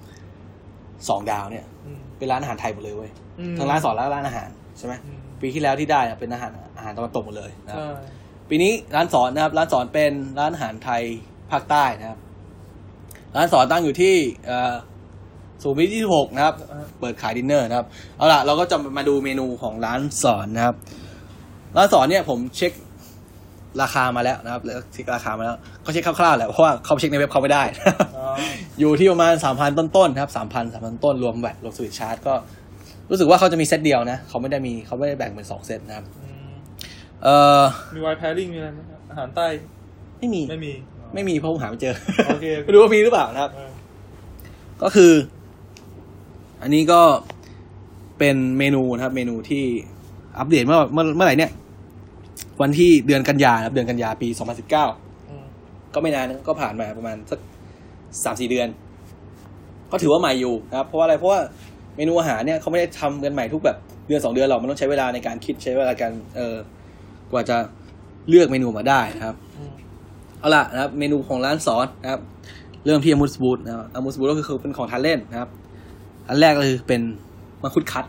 2ดาวเนี่ยเป็นร้านอาหารไทยหมดเลยเว้ยทั้งร้านสอนและร้านอาหารใช่ไหมปีที่แล้วที่ได้เป็นอาหารตะวันตกหมดเลยนะครับปีนี้ร้านสอนนะครับร้านสอนเป็นร้านอาหารไทยภาคใต้นะครับร้านสอนตั้งอยู่ที่สุขุมวิท26นะครับเปิดขายดินเนอร์นะครับเอาล่ะเราก็จะมาดูเมนูของร้านสอนนะครับร้านสอนเนี่ยผมเช็คราคามาแล้วนะครับแล้วเช็คราคามาแล้วก็เช็คคร่าวๆแหละเพราะว่าเขาเช็คในเว็บเขาไม่ได้ อยู่ที่ประมาณ 3,000 ต้นๆครับ 3,000 ต้นรวมแวตรวมสวิตช์ชาร์จก็รู้สึกว่าเขาจะมีเซตเดียวนะเขาไม่ได้แบ่งเป็น2เซตนะครับมีไวน์แพริ่งมีอะไรไหมอาหารใต้ไม่มีเพราะผมหาไม่เจอโอเคไม่รู้ว่ามีหรือเปล่านะครับก็คืออันนี้ก็เป็นเมนูนะครับเมนูที่อัปเดตเมื่อไหร่เนี่ยวันที่เดือนกันยาครับเดือนกันยาปี2019ก็ไม่นานก็ผ่านมาประมาณสัก 3-4 เดือนก็ถือว่าใหม่อยู่นะครับเพราะว่าอะไรเพราะว่าเมนูอาหารเนี่ยเขาไม่ได้ทำกันใหม่ทุกแบบเดือน2เดือนหรอกมันต้องใช้เวลาในการคิดใช้เวลาการกว่าจะเลือกเมนูมาได้นะครับเอาล่ะนะครับเมนูของร้านสอนนะครับเริ่มที่อามูสบูธนะครับอามูสบูธก็คือเป็นของทานเล่นนะครับอันแรกก็คือเป็นมังคุดคัด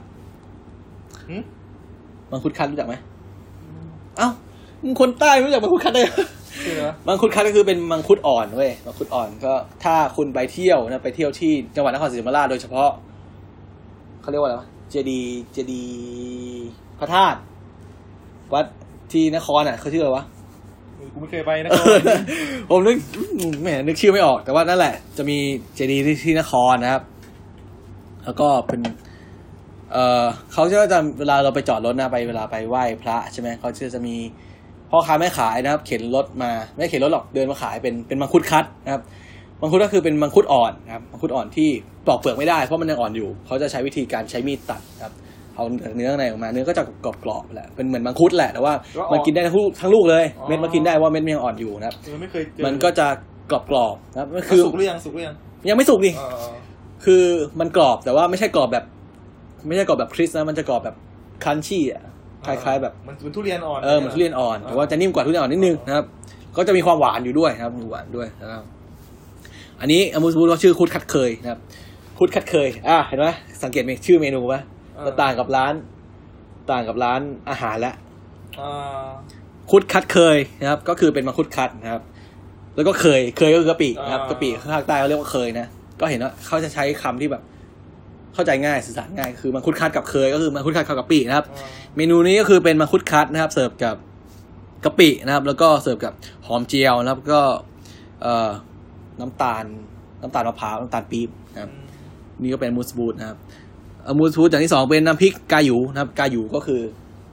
มังคุดคัดรู้จักไหมเอ้ามึงคนใต้ไม่รู้จักมังคุดคัดได้มังคุดคัดก็คือเป็นมังคุดอ่อนเว้ยมังคุดอ่อนก็ถ้าคุณไปเที่ยวนะไปเที่ยวที่จังหวัดนครศรีธรรมราชโดยเฉพาะเขาเรียกว่าอะไรวะเจดีพระธาตุวัดที่นครเขาชื่ออะไรวะกูไม่เคยไปนครผมนึกชื่อไม่ออกแต่ว่านั่นแหละจะมีเจดีที่นครนะครับแล้วก็เป็นเขาจะเวลาเราไปจอดรถนะเวลาไปไหว้พระใช่ไหมเขาจะมีพ่อค้าแม่ขายนะครับเข็นรถมาไม่เข็นรถหรอกเดินมาขายเป็นมังคุดคัดนะครับมังคุดก็คือเป็นมังคุดอ่อนนะครับมังคุดอ่อนที่ปอกเปลือกไม่ได้เพราะมันยังอ่อนอยู่เขาจะใช้วิธีการใช้มีดตัดครับเอาเนื้อข้างในออกมาเนื้อก็จะกรอบๆแหละเป็นเหมือนมังคุดแหละแต่ว่ามันกินได้ทั้งลูกเลยเม็ดมันกินได้ว่าเม็ดมันยังอ่อนอยู่นะครับมันก็จะกรอบๆนะครับคือสุกหรือยังยังไม่สุกดิคือมันกรอบแต่ว่าไม่ใช่กรอบแบบคริสนะมันจะกรอบแบบคันชี่อ่ะคล้ายๆแบบมันทุเรียนอ่อนเหมือนทุเรียนอ่อนแต่ว่าจะนิ่มกว่าทุเรียนอ่อนนิดนึงนะครับก็จะมีความหวานอยู่ด้วยครับมีหวานด้วยนะครับอันนี้อามูสบูธก็ชื่อคุดคัดเคยนะครับคุดคัดเคยเห็นไหมสังเกตชื่อเมนูป่ะต่างกับร้านอาหารแล้วคุดคัดเคยนะครับก็คือเป็นมังคุดคัดนะครับแล้วก็เคยก็คือกะปินะครับกะปิภาคใต้เขาเรียกว่าเคยนะก็เห็นว่าเขาจะใช้คำที่แบบเข้าใจง่ายสื่อสารง่ายคือมังคุดคัดกับเคยก็คือมังคุดคัดกับกะปินะครับเมนูนี้ก็คือเป็นมังคุดคัดนะครับเสิร์ฟกับกะปินะครับแล้วก็เสิร์ฟกับหอมเจียวนะครับก็น้ำตาลมะพร้าวน้ำตาลปี๊บนะครับนี่ก็เป็นมูสบูธนะครับมูสบูธอย่างที่2เป็นน้ำพริกกาหยูนะครับกาหยูก็คือ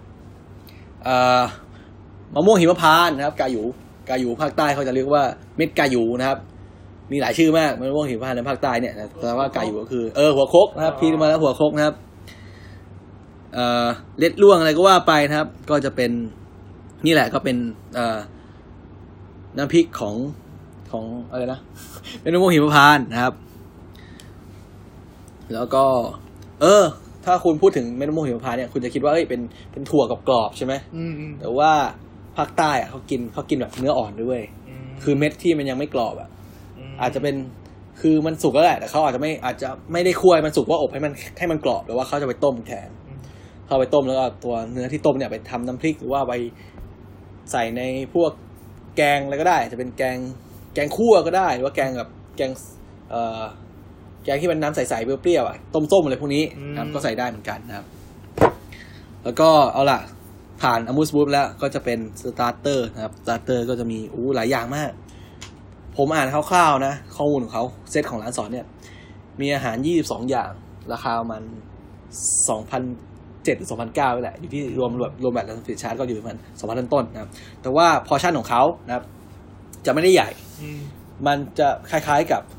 มะม่วงหิมพานต์นะครับกาหยูภาคใต้เขาจะเรียกว่าเม็ดกาหยูนะครับมีหลายชื่อมากมะม่วงหิมพานต์ในภาคใต้เนี่ยแต่ว่ากาหยูก็คือหัวโคกนะครับพี่มาแล้วหัวโคกนะครับเล็ดล่วงอะไรก็ว่าไปนะครับก็จะเป็นนี่แหละก็เป็นน้ำพริกของอะไรนะเป็นมะม่วงหิมพานต์นะครับแล้วก็ถ้าคุณพูดถึงเม็ดมะม่วงหิมพานต์เนี่ยคุณจะคิดว่าเป็นถั่วกับกรอบใช่ไหมแต่ว่าภาคใต้เขากินแบบเนื้ออ่อนด้วยคือเม็ดที่มันยังไม่กรอบอาจจะเป็นคือมันสุกแล้วแหละแต่เขาอาจจะไม่ได้คั่วมันสุกว่าอบให้มันกรอบแต่ว่าเขาจะไปต้มแทนเขาไปต้มแล้วก็ตัวเนื้อที่ต้มเนี่ยไปทำน้ำพริกหรือว่าไปใส่ในพวกแกงอะไรก็ได้จะเป็นแกงคั่วก็ได้หรือว่าแกงกับแกงที่มันน้ำใสๆเปรี้ยวๆต้มอะไรพวกนี้นะครับก็ใส่ได้เหมือนกันนะครับแล้วก็เอาล่ะผ่านอามูสบูธแล้วก็จะเป็นสตาร์เตอร์นะครับสตาร์เตอร์ก็จะมีหลายอย่างมากผมอ่านคร่าวๆนะข้อมูลของเขาเซตของร้านสอนเนี่ยมีอาหาร22อย่างราคาประมาณ 2,700 หรือ 2,900 นี่แหละอยู่ที่รวมแบบแล้วฟิชาร์ตก็อยู่ประมาณ 2,000 ต้นนะครับแต่ว่าพอร์ชั่นของเขานะครับจะไม่ได้ใหญ่มันจะคล้ายๆกับ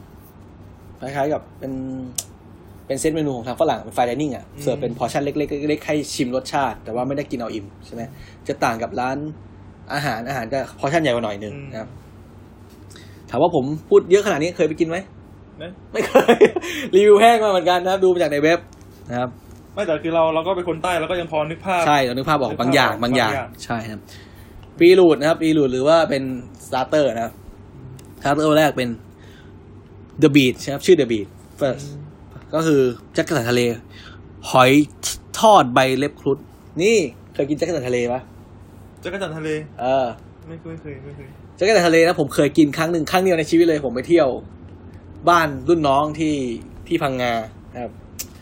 เป็นเซตเมนูของทางฝรั่งเป็นไฟน์ไดนิ่งเสิร์ฟเป็นพอร์ชั่นเล็กๆให้ชิมรสชาติแต่ว่าไม่ได้กินเอาอิ่มใช่ไหมจะต่างกับร้านอาหารจะพอร์ชั่นใหญ่กว่าหน่อยนึงนะครับถามว่าผมพูดเยอะขนาดนี้เคยไปกินไหมไม่เคย รีวิวแห้งมาเหมือนกันนะครับดูมาจากในเว็บนะครับไม่แต่คือเราก็เป็นคนใต้เราก็ยังพอนึกภาพใช่เรานึกภาพออกบางอย่างใช่ครับปีรูดนะครับปีรูดหรือว่าเป็นสตาร์เตอร์นะครับสตาร์เตอร์แรกเป็น The Beat ใช่ครับชื่อ The Beat First ก็คือจักรจั่นทะเลหอยทอดใบเล็บครุฑนี่เคยกินจักรจั่นทะเลปะจักรจั่นทะเลไม่เคยจักรจั่นทะเลนะผมเคยกินครั้งเดียวในชีวิตเลยผมไปเที่ยวบ้านรุ่นน้องที่พังงานะครับ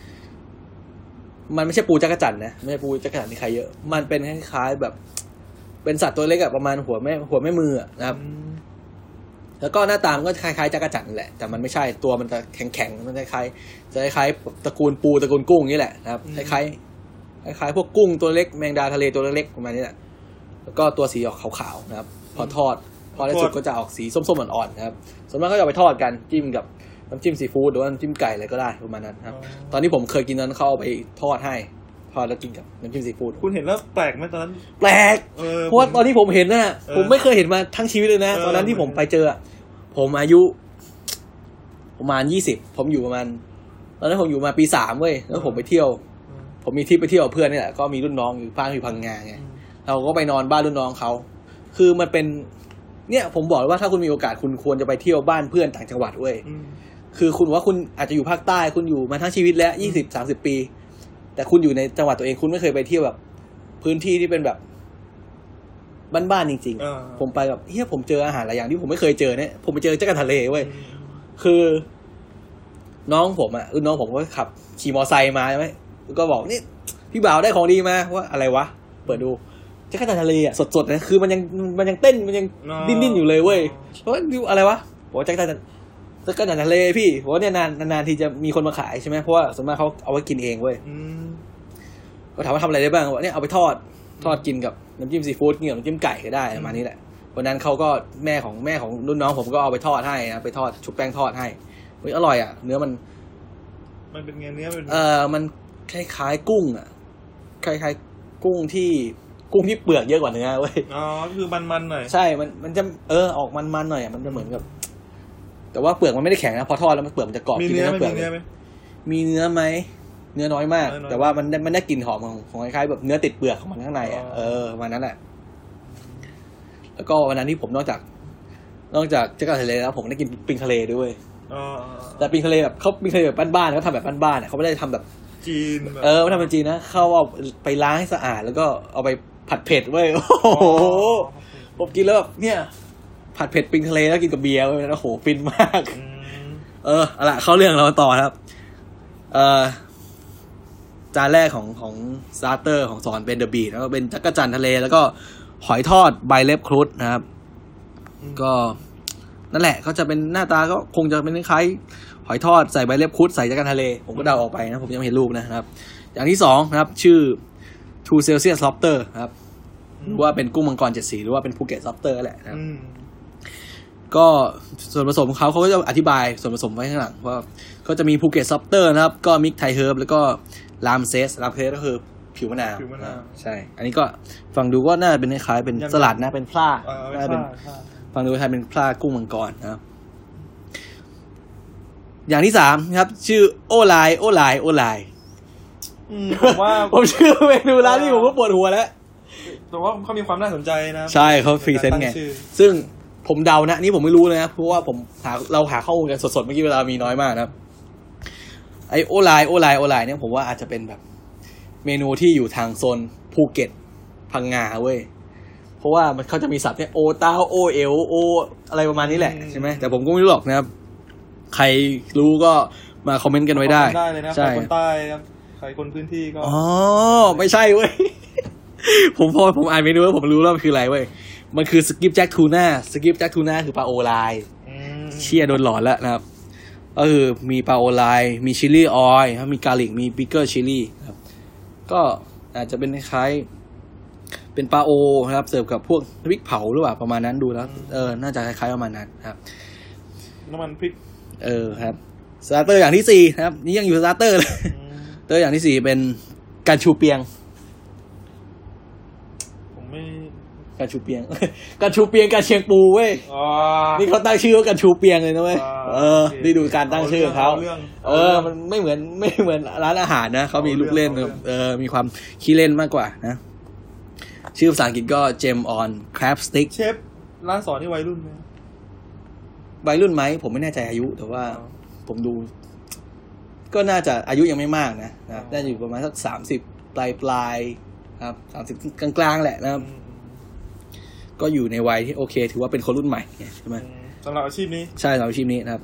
มันไม่ใช่ปูจักรจั่นนะไม่ใช่ปูจักรจั่นที่ใครเยอะมันเป็นคล้ายๆแบบเป็นสัตว์ตัวเล็กประมาณหัวแม่มือนะครับแล้วก็หน้าตามันก็คล้ายๆจักรจั่นแหละแต่มันไม่ใช่ตัวมันจะแข็งๆมันคล้ายตระกูลปูตระกูลกุ้งนี่แหละนะครับคล้ายพวกกุ้งตัวเล็กแมงดาทะเลตัวเล็กประมาณนี้แหละแล้วก็ตัวสีออกขาวๆนะครับพอทอดในสุดก็จะออกสีส้มๆอ่อนๆนะครับส่วนมากก็จะไปทอดกันจิ้มกับน้ำจิ้มซีฟู้ดหรือว่าน้ำจิ้มไก่อะไรก็ได้ประมาณนั้นครับตอนนี้ผมเคยกินนั้นเขาเอาไปทอดแล้วกินกับน้ำจิ้มซีฟู้ดคุณเห็นแล้วแปลกไหมตอนนั้นแปลกเพราะว่าตอนที่ผมเห็นน่ะผมไม่เคยเห็นมาทั้งชีวิตเลยนะตอนนั้นที่ผมไปเจอผมอายุประมาณ20ผมอยู่ประมาณตอนนั้นผมอยู่มาปี3เว้ยแล้วผมไปเที่ยวผมมีทริปไปเที่ยวกับเพื่อนนี่แหละก็มีรุ่นน้องอยู่บ้านอยู่พังงาไงเราก็ไปนอนบ้านรุ่นน้องเขาคือมันเป็นเนี่ยผมบอกว่าถ้าคุณมีโอกาสคุณควรจะไปเที่ยวบ้านเพื่อนต่างจังหวัดเว้ยคือคุณว่าคุณอาจจะอยู่ภาคใต้คุณอยู่มาทั้งชีวิตแล้ว20-30 ปีแต่คุณอยู่ในจังหวัดตัวเองคุณไม่เคยไปเที่ยวแบบพื้นที่ที่เป็นแบบบ้านๆจริงๆผมไปแบบผมเจออาหารหลายอย่างที่ผมไม่เคยเจอเนี่ยผมไปเจอจักรทะเลเว้ยคือน้องผมรุ่นน้องผมก็ขับขี่มอไซค์มาใช่ไหมก็บอกนี่พี่บ่าวได้ของดีมาว่าอะไรวะเปิดดูจักรทะเลสดๆนะคือมันยังเต้นมันยังดิ้นอยู่เลยเว้ยเพราะดูอะไรวะบอกจักรทะเลพี่เพราะเนี่ยนานๆทีจะมีคนมาขายใช่ไหมเพราะว่าส่วนมากเขาเอาไว้กินเองเว้ยก็ถามว่าทำอะไรได้บ้างว่าเนี่ยเอาไปทอดกินกับน้ำจิ้มซีฟู้ดกินกับน้ำจิ้มไก่ก็ได้ประมาณนี้แหละวันนั้นเขาก็แม่ของรุ่นน้องผมก็เอาไปทอดให้นะไปทอดชุบแป้งทอดให้อร่อยเนื้อมันเป็นไงเนื้อเป็นมันคล้ายๆกุ้งคล้ายๆกุ้งที่เปลือกเยอะกว่าเนื้อเว้ยอ๋อคือมันหน่อยใช่มันจะออกมันหน่อยมันจะเหมือนกับแต่ว่าเปลือกมันไม่ได้แข็งนะพอทอดแล้วมันเปลือกมันจะกรอบกินได้เปลือกมีเนื้อไหมเนื้อน้อยมากแต่ว่ามันได้กลิ่นหอมของคล้ายๆแบบเนื้อติดเปลือกของมันข้างในวันนั้นแหละแล้วก็วันนั้นที่ผมนอกจากเจ้าทะเลแล้วผมได้กินปิงทะเลด้วยแต่ปิงทะเลแบบเขาปิงทะเลแบบบ้านๆเขาทำแบบบ้านๆเขาไม่ได้ทำแบบจีนเขาทำเป็นจีนนะเขาเอาไปล้างให้สะอาดแล้วก็เอาไปผัดเผ็ดเว้ยโอ้โหผมกินแล้วแบบเนี่ยผัดเผ็ดปิงทะเลแล้วกินกับเบียร์เว้ยโอ้โหฟินมากเอาล่ะเข้าเรื่องเราต่อครับจานแรกของสตาร์เตอร์ของสอนเป็นเดอะบีทแล้วก็เป็นจักรจั่นทะเลแล้วก็หอยทอดใบเล็บครุฑนะครับก็นั่นแหละเขาจะเป็นหน้าตาก็คงจะเป็นคล้ายหอยทอดใส่ใบเล็บครุฑใส่จักรทะเลผมก็เดาออกไปนะผมยังไม่เห็นรูปนะครับอย่างที่2นะครับชื่อ Two Celsius Lobster ครับว่าเป็นกุ้งมังกร7สีหรือว่าเป็นภูเก็ต Lobster แหละนะครับก็ส่วนผสมของเขาก็จะอธิบายส่วนผสมไว้ข้างหลังว่าเขาจะมีภูเก็ต Lobster นะครับก็มิกไทเฮิร์บแล้วก็ลามเซสก็คือผิวมะนาวใช่อันนี้ก็ฟังดูก็น่าจะเป็นคล้ายๆเป็นสลัดนะเป็นพลาน่าเป็นฟังดูคล้ายเป็นพลากุ้งมังกรนะครับอย่างที่3ครับชื่อโอไลผมชื่อเมนูร้านนี้ผมก็ปวดหัวแล้วแต่ว่าเขามีความน่าสนใจนะใช่เขาฟรีเซนต์ไงซึ่งผมเดานะนี่ผมไม่รู้เลยนะเพราะว่าเราหาข้อมูลกันสดๆเมื่อกี้เวลามีน้อยมากนะครับไอโอไลเนี่ยผมว่าอาจจะเป็นแบบเมนูที่อยู่ทางโซนภูเก็ตพังงาเว้ยเพราะว่ามันเขาจะมีศัพท์เนี่ยโอตาโอเอลโออะไรประมาณนี้แหละใช่ไหมแต่ผมก็ไม่รู้หรอกนะครับใครรู้ก็มาคอมเมนต์กันไว้ได้เลยนะใครคนใต้ครับใครคนพื้นที่ก็อ๋อไม่ใช่เว้ยผมอ่านเมนูแล้วผมรู้แล้วมันคืออะไรเว้ยมันคือสกิปแจ็คทูน่าคือปลาโอไลเชี่ยโดนหลอนแล้วนะครับก็คือมีปลาโอไลมีชิลลี่ออยล์มีกาลิกมีบิกเกอร์ชิลลี่ครับก็อาจจะเป็นคล้ายเป็นปลาโอนะครับเสิร์ฟกับพวกพริกเผาหรือเปล่าประมาณนั้นดูแล้วน่าจะคล้ายๆประมาณนั้นครับน้ำมันพริกครับสตาร์เตอร์อย่างที่4นะครับนี่ยังอยู่สตาร์เตอร์เลยอย่างที่4เป็นกันชูเปียงกันชูเปียงกันเชียงปูเว้ยนี่เขาตั้งชื่อว่ากันชูเปียงเลยนะเว้ยนี่ดูการตั้งชื่อของเขามันไม่เหมือนร้านอาหารนะเขามีลูกเล่นมีความขี้เล่นมากกว่านะชื่อภาษาอังกฤษก็ Gem on Crab Stick เชฟร้านสอนที่วัยรุ่นไหมผมไม่แน่ใจอายุแต่ว่าผมดูก็น่าจะอายุยังไม่มากนะน่าจะอยู่ประมาณสัก30ปลายครับ30กลางๆแหละนะครับก็อยู่ในวัยที่โอเคถือว่าเป็นคนรุ่นใหม่ใช่ไหมสำหรับอาชีพนี้ใช่สำหรับอาชีพนี้นะครับ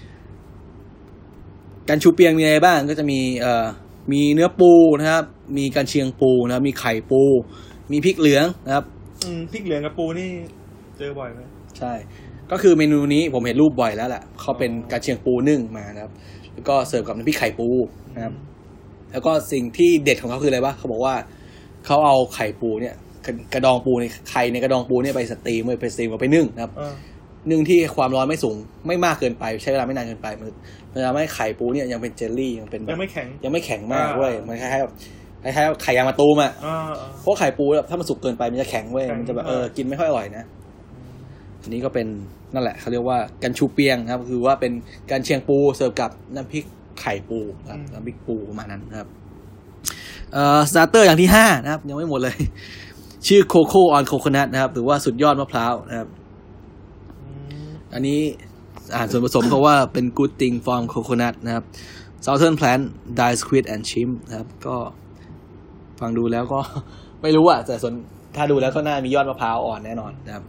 กันชูเปียงมีอะไรบ้างก็จะมีเนื้อปูนะครับมีกันเชียงปูนะมีไข่ปูมีพริกเหลืองนะครับพริกเหลืองกับปูนี่เจอบ่อยไหมใช่ก็คือเมนูนี้ผมเห็นรูปบ่อยแล้วแหละเขาเป็นกันเชียงปูนึ่งมานะครับแล้วก็เสิร์ฟกับน้ำพริกไข่ปูนะครับแล้วก็สิ่งที่เด็ดของเขาคืออะไรวะเขาบอกว่าเขาเอาไข่ปูเนี่ยกระดองปูในไข่ในกระดองปูเนี่ยไปสตรีมเอาไปนึ่งนะครับนึ่งที่ความร้อนไม่สูงไม่มากเกินไปใช้เวลาไม่นานเกินไปมันทำให้ไข่ปูเนี่ยยังเป็นเจลลี่ยังไม่แข็งมากเว้ยมันคล้ายๆไข่ยางมะตูมอ่ะเพราะไข่ปูถ้ามันสุกเกินไปมันจะแข็งเว้ยมันจะแบบกินไม่ค่อยอร่อยนะอันนี้ก็เป็นนั่นแหละเขาเรียกว่ากันชูเปียงครับคือว่าเป็นกันเชียงปูเสิร์ฟกับน้ำพริกไข่ปูครับน้ำพริกปูประมาณนั้นนะครับสตาร์เตอร์อย่างที่5นะครับยังไม่หมดเลยชื่อโคโค่ออนโคโคนัทนะครับหรือว่าสุดยอดมะพร้าวนะครับอันนี้อ่านส่วนผสมเขาว่าเป็น good thing from coconut นะครับ southern plant dyed squid and shrimp นะครับก็ฟังดูแล้วก็ไม่รู้อ่ะแต่ส่วนถ้าดูแล้วก็น่ามียอดมะพร้าวอ่อนแน่นอนนะครับ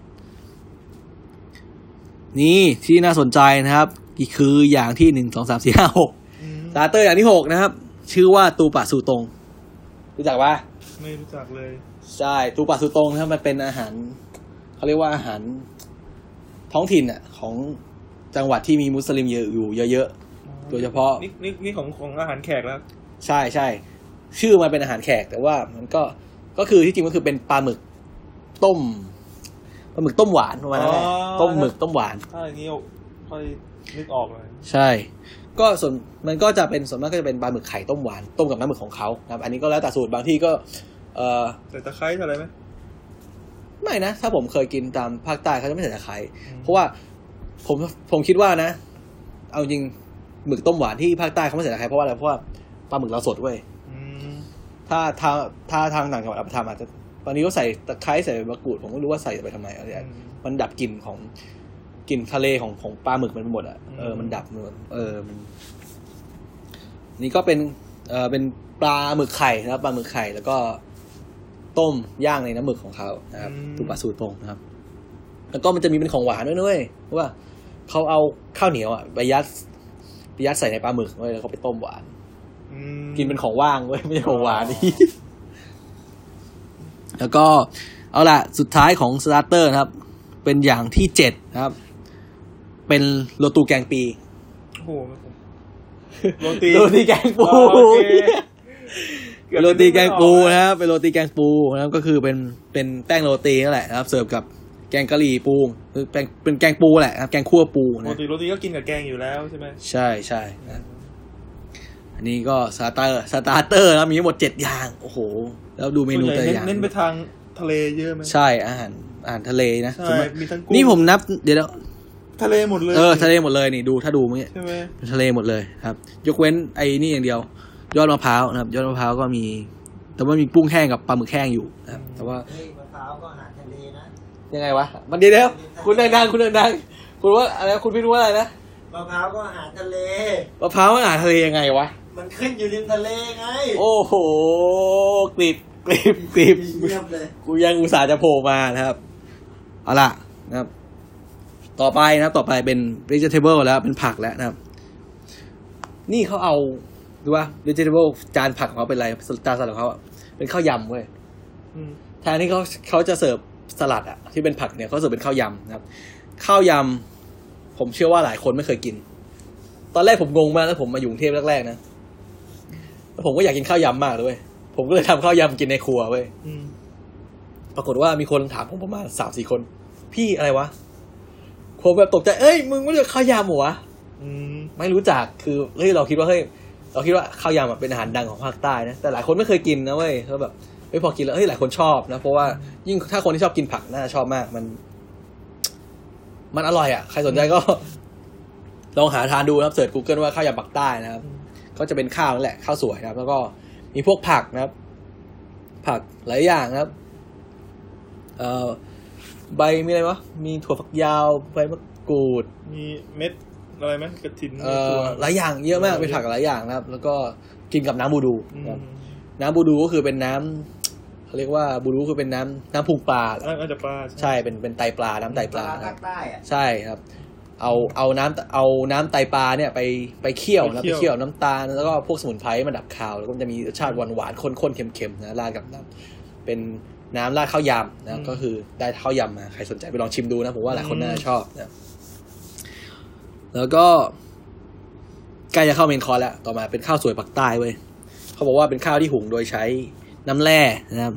นี่ที่น่าสนใจนะครับคืออย่างที่1 2 3 4 5 6สตาร์เตอร์อย่างที่6นะครับชื่อว่าตูปะซูตงรู้จักปะไม่รู้จักเลยใช่ตูปะซูตงนะครับมันเป็นอาหารเขาเรียกว่าอาหารท้องถิ่นอ่ะของจังหวัดที่มีมุสลิมอยู่เยอะๆโดยเฉพาะนี่ของอาหารแขกแล้วใช่ชื่อมันเป็นอาหารแขกแต่ว่ามันก็คือที่จริงก็คือเป็นปลาหมึกต้มหวานประมาณนั้นแหละต้มหมึกต้มหวานถ้าอย่างนี้ค่อยนึกออกเลยใช่ก็มันก็จะเป็นส่วนมากก็จะเป็นปลาหมึกไข่ต้มหวานต้มกับน้ำหมึกของเขานะครับอันนี้ก็แล้วแต่สูตรบางที่ก็ใส่ตะไคร้อะไรไหมไม่นะถ้าผมเคยกินตามภาคใต้เขาจะไม่ใส่ตะไคร้เพราะว่าผมคิดว่านะเอาจริงหมึกต้มหวานที่ภาคใต้เขาไม่ใส่ตะไคร้เพราะว่าอะไรเพราะว่าปลาหมึกเราสดเว้ยถ้าทางต่างจังหวัดเอาไปทำอาจจะบางทีก็ใส่ตะไคร้ใส่มะกรูดผมก็รู้ว่าใส่ไปทำไมอะไรมันดับกลิ่นของกลิ่นทะเลของปลาหมึกมันหมดอ่ะมันดับหมดนี่ก็เป็นปลาหมึกไข่นะครับปลาหมึกไข่แล้วก็ต้มย่างในน้ำหมึกของเขานะครับถูกปลาสูตรตรงนะครับแล้วก็มันจะมีเป็นของหวานด้วยนะเว้ยเพราะว่าเขาเอาข้าวเหนียวอ่ะไปยัดใส่ในปลาหมึกไว้แล้วเขาไปต้มหวานกินเป็นของว่างเว้ยไม่ใช่ของหวานนี่แล้วก็เอาล่ะสุดท้ายของสตาร์เตอร์นะครับเป็นอย่างที่7นะครับเป็นโรตูแกงปีโอ้โหโรตีแกงปูโรตีแกงปูนะครับเป็นโรตีแกงปูนะครับก็คือเป็นแป้งโรตีนั่นแหละนะครับเสิร์ฟกับแกงกะหรี่ปูคือเป็นแกงปูแหละครับแกงคั่วปูนะโรตีก็กินกับแกงอยู่แล้วใช่ไหมใช่นะอันนี้ก็สตาร์เตอร์นะมีทั้งหมด7อย่างโอ้โหแล้วดูเมนูแต่ละอย่างเน้นไปทางทะเลเยอะไหมใช่อาหารทะเลนะใช่มีทั้งกุ้งนี่ผมนับเดี๋ยวทะเลหมดเลยทะเลหมดเลยนี่ดูถ้าดูมั้ยใช่มั้ยเป็นทะเลหมดเลยครับยกเว้นไอ้นี่อย่างเดียวยอดมะพร้าวนะครับยอดมะพร้าวก็มีแต่ว่ามีกุ้งแห้งกับปลาหมึกแห้งอยู่นะครับแต่ว่ามะพร้าวก็อาหารทะเลนะยังไงวะมันดีแล้วคุณดังคุณว่าอะไรคุณพี่รู้ว่าอะไรนะมะพร้าวก็อาหารทะเลมะพร้าวอาหารทะเลยังไงวะมันขึ้นอยู่ริมทะเลไงโอ้โหกริบเยี่ยมเลยกูยังอุตส่าห์จะโผล่มานะครับเอาล่ะนะครับต่อไปเป็น vegetable แล้วเป็นผักแล้วนะครับนี่เขาเอาดูว่า vegetable จานผักของเขาเป็นอะไรจานสลัดของเขาเป็นข้าวยำเว้ยแทนที่เขาจะเสิร์ฟสลัดอ่ะที่เป็นผักเนี่ยเขาเสิร์ฟเป็นข้าวยำนะครับข้าวยำผมเชื่อว่าหลายคนไม่เคยกินตอนแรกผมงงมากแล้วผมมาอยู่กรุงเทพแรกๆนะแล้วผมก็อยากกินข้าวยำมากเลยผมก็เลยทำข้าวยำกินในครัวเว้ยปรากฏว่ามีคนถามผมประมาณ 3-4 คนพี่อะไรวะผมแบบตกใจมึงไม่รู้จักข้าวยำเหรอวะไม่รู้จักคือเราคิดว่าข้าวยำเป็นอาหารดังของภาคใต้นะแต่หลายคนไม่เคยกินนะเว้ยเขาแบบพอกินแล้วหลายคนชอบนะเพราะว่ายิ่งถ้าคนที่ชอบกินผักน่าชอบมากมันอร่อยอ่ะใครสนใจก็ลองหาทานดูนะครับเสิร์ช Google ว่าข้าวยำปักใต้นะครับก็จะเป็นข้าวนั่นแหละข้าวสวยนะครับแล้วก็มีพวกผักนะครับผักหลายอย่างนะครับใบมีอะไรวะมีถั่วฝักยาวใบมะกรูดมีเม็ดอะไรไหมกระถินหลายอย่างเยอะมากเป็นผักหลายอย่างนะครับแล้วก็กินกับน้ำบูดูครับน้ำบูดูก็คือเป็นน้ำเขาเรียกว่าบูดูคือเป็นน้ำพุงปลาจะปลาใช่เป็นไตปลาน้ำไตปลาภาคใต้ใช่ครับเอาน้ำไตปลาเนี่ยไปเคี่ยวนะไปเคี่ยวน้ำตาลแล้วก็พวกสมุนไพรมาดับคาวแล้วก็จะมีรสชาติหวานๆข้นๆเค็มๆนะราดกับน้ำเป็นน้ำราดข้าวยำนะก็คือได้ข้าวยำมาใครสนใจไปลองชิมดูนะผมว่าหลายคนน่าจะชอบนะแล้วก็ใกล้จะเข้าเมนคอร์สแล้วต่อมาเป็นข้าวสวยปักใต้เว้ยเขาบอกว่าเป็นข้าวที่หุงโดยใช้น้ำแร่นะครับ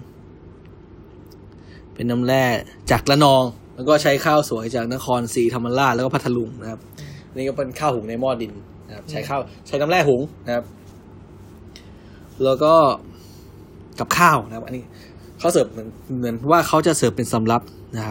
เป็นน้ำแร่จากระนองแล้วก็ใช้ข้าวสวยจากนครศรีธรรมราชแล้วก็พัทลุงนะครับนี่ก็เป็นข้าวหุงในหม้อดินนะครับใช้น้ำแร่หุงนะครับแล้วก็กับข้าวนะครับอันนี้เขาเสิร์ฟเหมือนว่าเขาจะเสิร์ฟเป็นสำรับนะครับ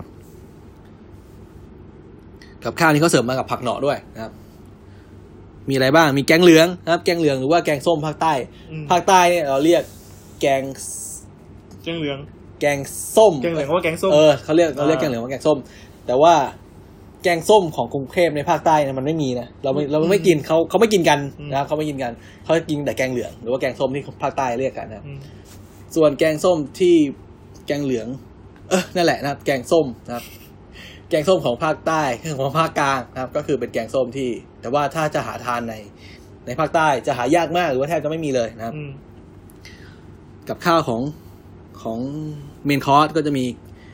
กับข้าวนี้เขาเสิร์ฟมากับผักเหนาะด้วยนะครับมีอะไรบ้างมีแกงเหลืองนะครับแกงเหลืองหรือว่าแกงส้มภาคใต้เนี่ยเราเรียกแกงเหลืองแกงส้มแกงเหลืองว่าแกงส้มเขาเรียกแกงเหลืองว่าแกงส้มแต่ว่าแกงส้มของกรุงเทพในภาคใต้เนี่ยมันไม่มีนะเราไม่กินเขาไม่กินกันนะครับเขาไม่กินกันเขากินแต่แกงเหลืองหรือว่าแกงส้มที่ภาคใต้เรียกกันนะครับส่วนแกงส้มที่แกงเหลืองนั่นแหละนะครับแกงส้มนะครับแกงส้มของภาคใต้ของภาคกลางนะครับก็คือเป็นแกงส้มที่แต่ว่าถ้าจะหาทานในภาคใต้จะหายากมากหรือว่าแทบจะไม่มีเลยนะครับกับข้าวของเมนคอร์สก็จะมี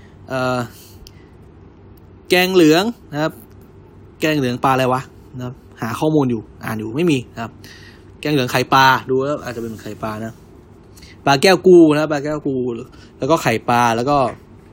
แกงเหลืองนะครับแกงเหลืองปลาอะไรวะนะครับหาข้อมูลอยู่อ่านอยู่ไม่มีนะครับแกงเหลืองไข่ปลาดูแล้วอาจจะเป็นไข่ปลานะปลาแก้วกูนะปลาแก้วกูแล้วก็ไข่ปลาแล้วก็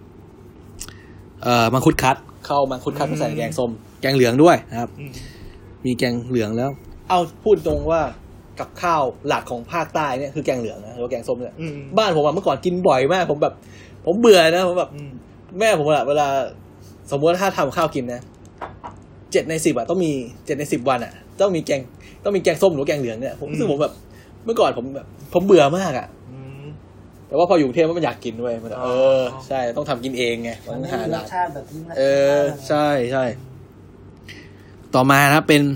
มังคุดคัดเข้ามังคุดคัดมาใส่แกงส้มแกงเหลืองด้วยนะครับมีแกงเหลืองแล้วเอาพูดตรงว่ากับข้าวหลักของภาคใต้เนี่ยคือแกงเหลืองนะหรือว่าแกงส้มเนี่ยบ้านผมเมื่อก่อนกินบ่อยมากผมเบื่อนะผมแบบแม่ผมเวลาสมมติถ้าทำข้าวกินนะ7 ใน 10ต้องมี7 ใน 10 วันต้องมีแกงส้มหรือแกงเหลืองเนี่ยผมรู้สึกผมแบบเมื่อก่อนผมเบื่อมากแต่ว่าพออยู่กรุงเทพมันอยากกินด้วยมันใช่ต้องทำกินเองไงต้องหารสชาติแบบนี้ใช่ต่อมาครับเป็น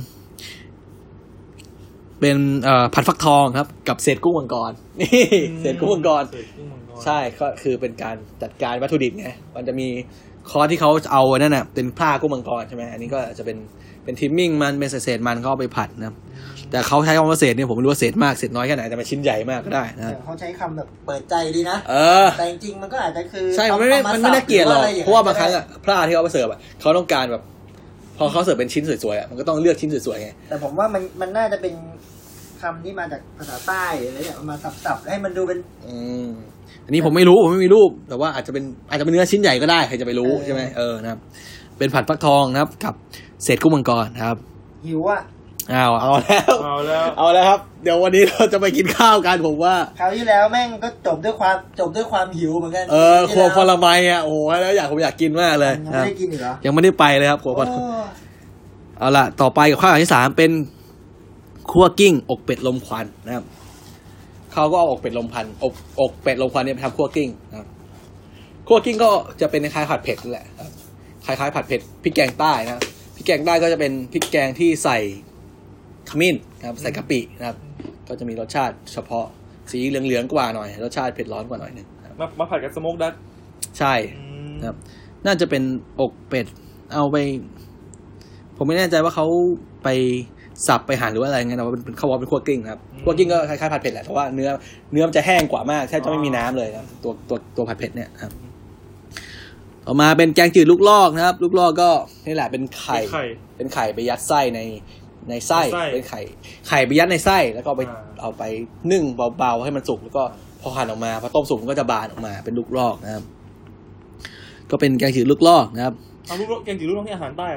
ผัดฟักทองครับกับเศษกุ้งมังกรนี่เศษกุ้งมังกรใช่ก็คือเป็นการจัดการวัตถุดิบไงมันจะมีคอร์สที่เขาเอานั่นน่ะเป็นผ้ากุ้งมังกรใช่ไหมอันนี้ก็จะเป็นทิมมิ่งมันเป็นเศษมันเขาเอาไปผัดนะแต่เขาใช้คำว่าเศษเนี่ยผมไม่รู้ว่าเศษมากเศษน้อยแค่ไหนแต่มันชิ้นใหญ่มากก็ได้นะเขาใช้คำแบบเปิดใจดีนะแต่จริงๆมันก็อาจจะคือใช่มันไม่น่าเกลียดหรอกเพราะว่าบางครั้งผ้าที่เขาไปเสิร์ฟเขาต้องการแบบพอเขาเสิร์ฟเป็นชิ้นสวยๆมันก็ต้องเลือกชิ้นสวยๆไงแต่ผมว่ามันน่าจะเป็นคำที่มาจากภาษาใต้อะไรเนี่ยมาสับๆให้มันดูเป็นอันนี้ผมไม่มีรูปแต่ว่าอาจจะเป็นเนื้อชิ้นใหญ่ก็ได้ใครจะไปรู้ใช่ไหมนะครับเป็นผัดฟักทองนะครับกับเศษกุ้งมังกรครับหิวอ่ะเอาแล้วครับเดี๋ยววันนี้เราจะไปกินข้าวกันผมว่าคราวที่แล้วแม่งก็จบด้วยความหิวเหมือนกันครัวพลไมโอ้โหแล้วผมอยากกินมากเลยยังไม่ได้กินอีกเหรอยังไม่ได้ไปเลยครับครัวพลเอาล่ะต่อไปกับข้าวที่3เป็นคั่วกิ้งอกเป็ดลมควันนะครับเขาก็เอาอกเป็ดลมควันอกเป็ดลมควันเนี่ยไปทำคั่วกิ้งนะครับคั่วกิ้งก็จะเป็นคล้ายๆผัดเผ็ดแหละคล้ายๆผัดเผ็ดพริกแกงใต้นะพริกแกงใต้ก็จะเป็นพริกแกงที่ใส่ขมิ้นนะครับใส่กะปินะครับก็จะมีรสชาติเฉพาะสีเหลืองๆกว่าหน่อยรสชาติเผ็ดร้อนกว่าหน่อยนึงมาผัดกับสโมกดักใช่นะครับน่าจะเป็นอกเป็ดเอาไปผมไม่แน่ใจว่าเขาไปสับไปหั่นหรือว่าอะไรเงี้ยแต่ว่าเป็นเขาบอกเป็นคั่วกลิ้งครับคั่วกลิ้งก็คล้ายๆผัดเผ็ดแหละแต่ว่าเนื้อมันจะแห้งกว่ามากแทบจะไม่มีน้ำเลยนะตัวผัดเผ็ดเนี่ยครับต่อมาเป็นแกงจืดลูกลอกนะครับลูกลอกก็นี่แหละเป็นไข่ไปยัดไส้ในไส้เป็นไข่ไปยัดในไส้แล้วก็เอาไปนึ่งเบาๆให้มันสุกแล้วก็พอหั่นออกมาพอต้มสุกมันก็จะบานออกมาเป็นลูกลอกนะครับก็เป็นแกงจืดลูกลอกนะครับเอาลูกลอกแกงจืดลูกลอกที่อาหารใต้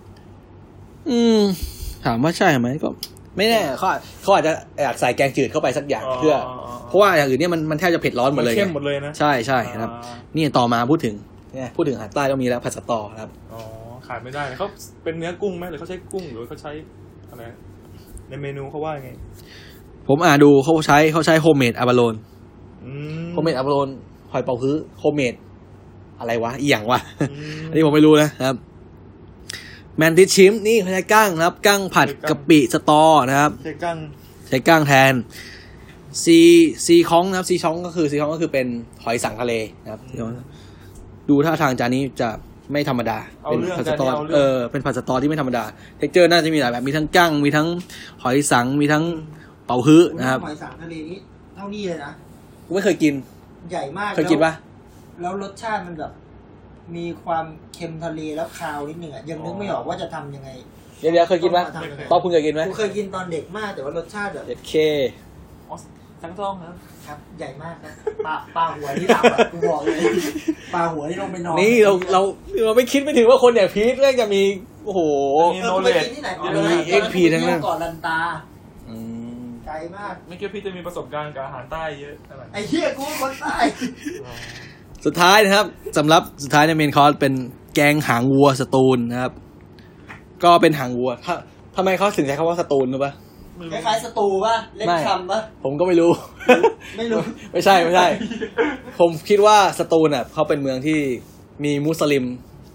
ถามว่าใช่ไหมก็ไม่แน่เขาอาจจะอยากใส่แกงจืดเข้าไปสักอย่างเพื่อเพราะว่าอย่างอื่นเนี่ยมันแทบจะเผ็ดร้อนหมดเลยเข้มหมดเลยนะใช่ครับนี่ต่อมาพูดถึงอาหารใต้ต้องมีแล้วผัดสะตอครับขาดไม่ได้เขาเป็นเนื้อกุ้งไหมหรือเขาใช้กุ้งหรือเขาใช้อะไรในเมนูเขาว่าไงผมดูเขาใช้โฮมเมดอาบาโลนโฮมเมดอาบาโลนหอยเป๋าฮื้อโฮมเมดอะไรวะอีหยังวะอันนี้ผมไม่รู้นะครับแมนติชิมนี่เขาใช้กั้งนะครับกั้งผัดกะปิสตอนะครับใช้กั้งแทนซีค้องนะครับซีค้องก็คือเป็นหอยสังทะเลนะครับดูท่าทางจานนี้จะไม่ธรรมดาเป็นผัดสตอเป็นผัดสตอที่ไม่ธรรมดาเท็กเจอร์น่าจะมีหลายแบบมีทั้งกั้งมีทั้งหอยสังมีทั้งเป๋าฮื้อนะครับหอยสังทะเลนี้เท่านี้เลยนะไม่เคยกินใหญ่มากเคยกินปะแล้วรสชาติมันแบบมีความเค็มทะเลแล้วคาวนิดนึงยังนึกไม่ออกว่าจะทำยังไงเดี๋ยวเคยกินปะตอนคุณเคยกินไหมผมเคยกินตอนเด็กมากแต่ว่ารสชาติแบบเคทั้งท้องครับใหญ่มากครับปลาหัวที่ทำกูบอกเลยปลาหัวที่ลงไปนอนนี่เราไม่คิดไม่ถึงว่าคนอย่างพีทแม่งจะมีโอ้โหมีโนเลจมีเอ็กพีทั้งนั้นก่อนลันตาไกลมากไม่คิดพี่จะมีประสบการณ์กับอาหารใต้เยอะไอ้เหี้ยกูคนใต้สุดท้ายนะครับสำหรับสุดท้ายในเมนคอร์สเป็นแกงหางวัวสตูลนะครับก็เป็นหางวัวทำไมเขาถึงใช้คำว่าสตูลรู้ป่ะคล้ายๆสตูป่ะเล่นคำป่ะผมก็ไม่รู้ไม่ใช่ผมคิดว่าสตูลเขาเป็นเมืองที่มีมุสลิม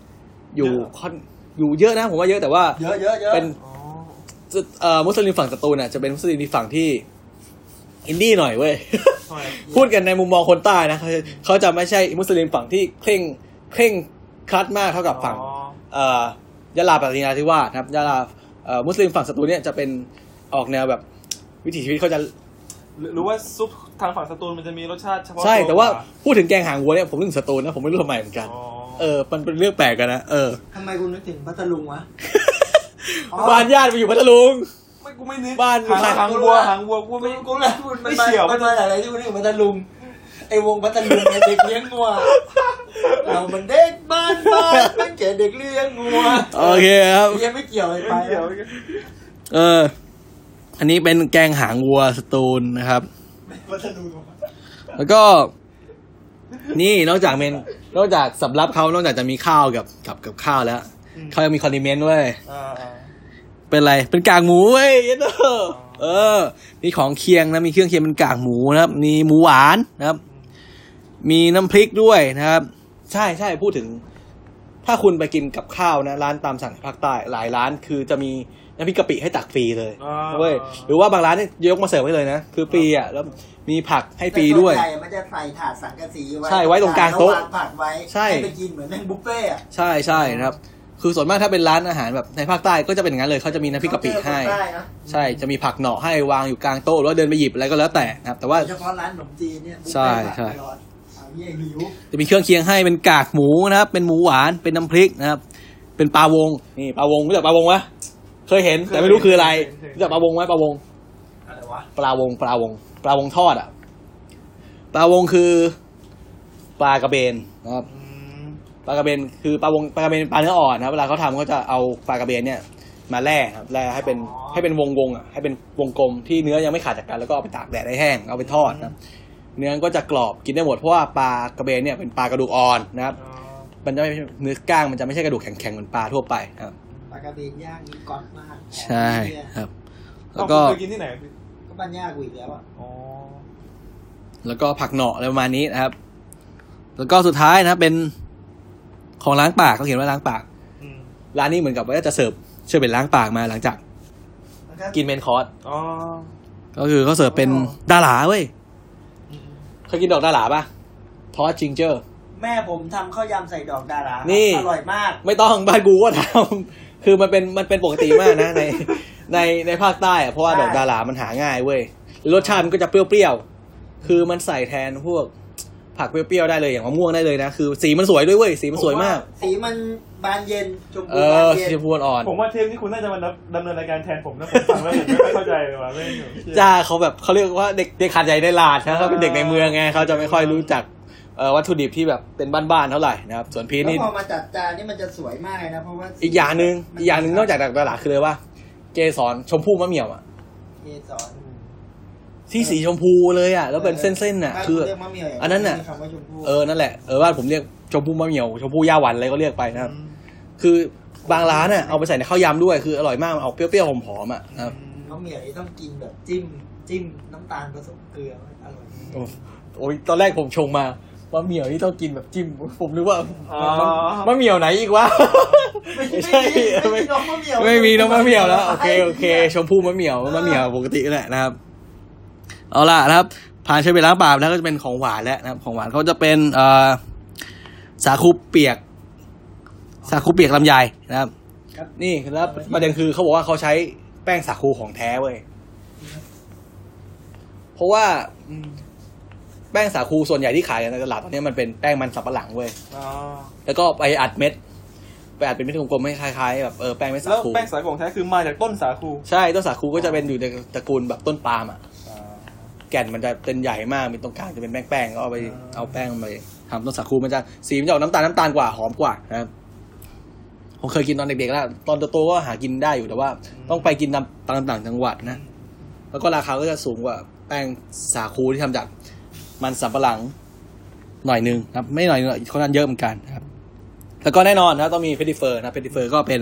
อยู่เยอะนะผมว่าเยอะแต่ว่าเยอะเป็นมุสลิมฝั่งสตูลจะเป็นมุสลิมที่ฝั่งที่อินดี้หน่อยเว้ยพูดกันในมุมมองคนใต้นะเขาจะไม่ใช่มุสลิมฝั่งที่เคร่งครัดมากเท่ากับฝั่งยะลาปัตตานีนราธิวาสครับยะลามุสลิมฝั่งสตูลเนี่ยจะเป็นออกแนวแบบวิถีชีวิตเขาจะหรือว่าซุปทางฝั่งสตูลมันจะมีรสชาติเฉพาะใช่แต่ว่าพูดถึงแกงหางวัวเนี่ยผมนึกถึงสตูลนะผมไม่รู้ทำไมเหมือนกันมันเป็นเรื่องแปลกกันนะทำไมคุณนึกถึงพัทลุงวะบ้านญาติไปอยู่พัทลุงกูไม่นึกบ้านหางวัวกูไม่เฉียวมันมาจากอะไรที่กูนึกถึงพัทลุงไอ้วงพัทลุงเด็กเลี้ยงงัวเรามันเด็กบ้านมันแก่เด็กเลี้ยงงัวโอเคครับยังไม่เกี่ยวอะไรไปอันนี้เป็นแกงหางวัวสตูลนะครับแล้วก็นี่นอกจากสำรับเขานอกจากจะมีข้าวกับข้าวแล้วเขายังมีคอนดิเมนต์ด้วยเป็นอะไรเป็นกากหมูเว้ยมีของเคียงนะมีเครื่องเคียงเป็นกากหมูนะครับมีหมูหวานนะครับมีน้ำพริกด้วยนะครับใช่พูดถึงถ้าคุณไปกินกับข้าวนะร้านตามสั่งภาคใต้หลายร้านคือจะมีน้ำพริกกะปิให้ตักฟรีเลยเว้ยหรือว่าบางร้านเนี่ยยกมาเสิร์ฟให้เลยนะคือฟรีอ่ะแล้วมีผักให้ฟรีด้วยมันจะใส่ถาดสังกะสีไว้ใช่ไว้ตรงกลางโต๊ะผักไว้ให้ไปกินเหมือนในบุฟเฟ่อะใช่นะครับคือส่วนมากถ้าเป็นร้านอาหารแบบในภาคใต้ก็จะเป็นอย่างนั้นเลยเขาจะมีน้ำพริกกะปิให้ใช่จะมีผักเหนาะให้วางอยู่กลางโต๊ะแล้วเดินไปหยิบอะไรก็แล้วแต่นะครับแต่ว่าเฉพาะร้านขนมจีนเนี่ยใช่จะมีเครื่องเคียงให้เป็นกากหมูนะครับเป็นหมูหวานเป็นน้ำพริกนะครับเป็นปลาวงนี่ปลาวงรู้จักปลาวงไหมเคยเห็นแต่ไม่รู้คืออะไรรู้จักปลาวงไหมปลาวงอะไรวะปลาวงทอดอ่ะปลาวงคือปลากระเบนนะครับปลากระเบนคือปลากระเบนปลาเนื้ออ่อนนะเวลาเขาทำเขาจะเอาปลากระเบนเนี่ยมาแล่ครับแล่ให้เป็นวงอ่ะให้เป็นวงกลมที่เนื้อยังไม่ขาดจากกันแล้วก็เอาไปตากแดดให้แห้งเอาไปทอดนะเนื้อก็จะกรอบกินได้หมดเพราะว่าปลากระเบนเนี่ยเป็นปลากระดูกอ่อนนะครับมันจะไม่เนื้อก้างมันจะไม่ใช่กระดูกแข็งๆเหมือนปลาทั่วไปครับปลากระเบนย่างนี่ก๊อตมากใช่ครับแล้วก็เคยกินที่ไหนก็บ้านย่ากูอีกแล้วอ่ะแล้วก็ผักเหนาะอะไรประมาณนี้นะครับแล้วก็สุดท้ายนะเป็นของล้างปากเขาเขียนว่าล้างปากร้านนี้เหมือนกับว่าจะเสิร์ฟเป็นล้างปากมาหลังจากกินเมนคอร์สก็คือเขาเสิร์ฟเป็นดาหลาเว้ยเคยกินดอกดาหลาป่ะทอดจิงเจอร์แม่ผมทำข้าวยำใส่ดอกดาหลาอร่อยมากไม่ต้องบ้านกูก็ทำคือมันเป็นปกติมากนะในภาคใต้อะเพราะว่าดอกดาหลามันหาง่ายเว้ยรสชาติมันก็จะเปรี้ยวๆคือมันใส่แทนพวกผักเปรี้ยวๆได้เลยอย่างมะม่วงได้เลยนะคือสีมันสวยด้วยเว้ยสีมันสวยมากสีมันบานเย็นชมพูบานเย็นชมพูอ่อนผมว่าเทปนี้คุณน่าจะมาดำเนินรายการแทนผมนะผมฟังแล้วไม่เข้าใจเลยว่ะไม่จ้าเขาแบบเขาเรียกว่าเด็กขาดใหญ่ในลาดนะเขาเป็นเด็กในเมืองไงเขาจะไม่ค่อยรู้จักวัตถุดิบที่แบบเป็นบ้านๆเท่าไหร่นะครับส่วนพีนี่พอมาจัดจานนี่มันจะสวยมากนะเพราะว่าอีกอย่างนึงนอกจากดอกดาหลาคือเลยว่าเกสรชมพูมะเหมี่ยวอ่ะเกสรที่สีชมพูเลยอ่ะแล้วเป็นเส้นๆน่ะคืออันนั้นน่ะนั่นแหละบ้านผมเรียกชมพูมะเหมี่ยวชมพูย่าหวานอะไรก็เรียกไปนะครับคือบางร้านน่ะเอาไปใส่ในข้าวยำด้วยคืออร่อยมากออกเปรี้ยวๆหอมๆอ่ะนะครับมะเหมี่ยวนี่ต้องกินแบบจิ้มน้ำตาลผสมเกลืออร่อยโอ้ยตอนแรกผมชงมามะเหมี่ยวนี่ต้องกินแบบจิ้มผมนึกว่ามะเหมี่ยวไหนอีกวะไม่ใช่ไม่มีน้องมะเหมี่ยวแล้วโอเคชมพูมะเหมี่ยวปกติแหละนะครับเอาล่ะนะครับผ่านใช้เวลาล้างปากแล้วก็จะเป็นของหวานแล้วนะครับของหวานเขาจะเป็นสาคูเปียกลำไยนะครับนี่แล้วประเด็นคือเขาบอกว่าเขาใช้แป้งสาคูของแท้เว้ยเพราะว่าแป้งสาคูส่วนใหญ่ที่ขายในตลาดตอนนี้มันเป็นแป้งมันสำปะหลังเว้ยแล้วก็ไปอัดเม็ดเป็นเม็ดกลมๆให้คล้ายๆแบบแป้งเม็ดสาคูแล้วแป้งสาคูของแท้คือมาจากต้นสาคูใช่ต้นสาคูก็จะเป็นอยู่ในตระกูลแบบต้นปาล์มอ่ะแก่นมันจะเป็นใหญ่มากมีตรงกลางจะเป็นแป้งก็เอาไปเอาแป้งไปทำต้นสาคูมันจะสีมันจะออกน้ำตาลกว่าหอมกว่านะครับผมเคยกินตอนเด็กๆแล้วตอนโตๆก็หากินได้อยู่แต่ว่าต้องไปกินตามต่างจังหวัดนะแล้วก็ราคาก็จะสูงกว่าแป้งสาคูที่ทำจากมันสำปะหลังหน่อยนึงครับไม่หน่อยค่อนข้างเยอะเหมือนกันครับแล้วก็แน่นอนนะต้องมีเพดิเฟอร์นะเพดิเฟอร์ก็เป็น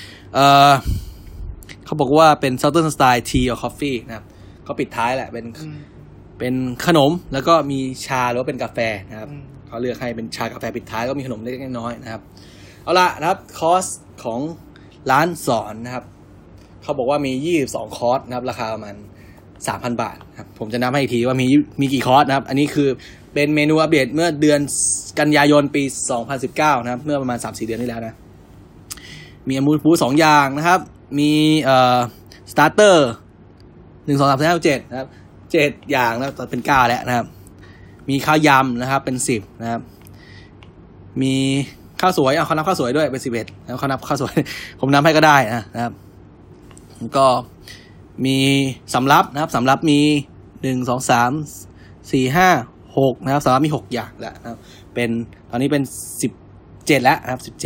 เขาบอกว่าเป็น Southern Style Tea or Coffee นะครับเขาปิดท้ายแหละเป็นขนมแล้วก็มีชาหรือว่าเป็นกาแฟนะครับเขาเลือกให้เป็นชากาแฟปิดท้ายก็มีขนมเล็กน้อยนะครับเอาละนะครับคอร์สของร้านสอนนะครับเขาบอกว่ามี22คอร์สนะครับราคาประมาณ 3,000 บาทครับผมจะนับให้อีกทีว่ามีกี่คอร์สนะครับอันนี้คือเป็นเมนูอัปเดตเมื่อเดือนกันยายนปี2019นะครับเมื่อประมาณ 3-4 เดือนที่แล้วนะมีอามูฟู2อย่างนะครับมีสตาร์เตอร์1 2 3 4 5 7นะครับ7อย่างแล้วเป็น9แล้วนะครับมีข้าวยำนะครับเป็น10นะครับมีข้าวสวยเขานับข้าวสวยด้วยเป็น11แล้วเขานับข้าวสวยผมนับให้ก็ได้นะครับก็มีสำรับนะครับสำรับมี1 2 3 4 5 6นะครับสำรับมี6อย่างแล้วนะครับเป็นตอนนี้เป็น17แล้วนะครับ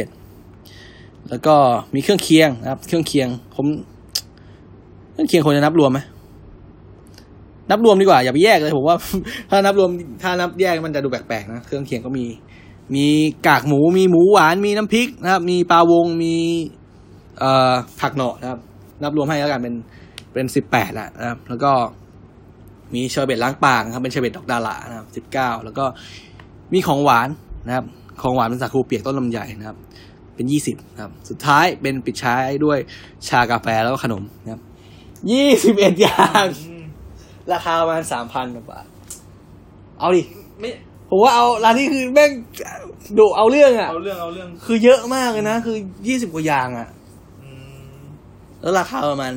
17แล้วก็มีเครื่องเคียงนะครับเครื่องเคียงควรจะนับรวมไหมนับรวมดีกว่าอย่าไปแยกเลยผมว่า ถ้านับแยกมันจะดูแปลกๆนะเครื่องเคียงก็มีกากหมูมีหมูหวานมีน้ำพริกนะครับมีปลาวงมีผักเหนาะนะครับนับรวมให้แล้วกันเป็น18แล้วนะครับแล้วก็มีเชอร์เบตล้างปากนะครับเป็นเชอร์เบตดอกดารานะครับ19แล้วก็มีของหวานนะครับของหวานเป็นสาคูเปียกต้นลำไยนะครับเป็น20นะครับสุดท้ายเป็นปิดท้ายด้วยชากาแฟแล้วก็ขนมนะครับ21อย่างราคาประมาณ 3,000 บาทเอาดิผมว่าเอาร้านนี้คือแม่งดุเอาเรื่องเอาเรื่องคือเยอะมากเลยนะคือ20กว่าอย่างอ่ะแล้วราคาประมาณ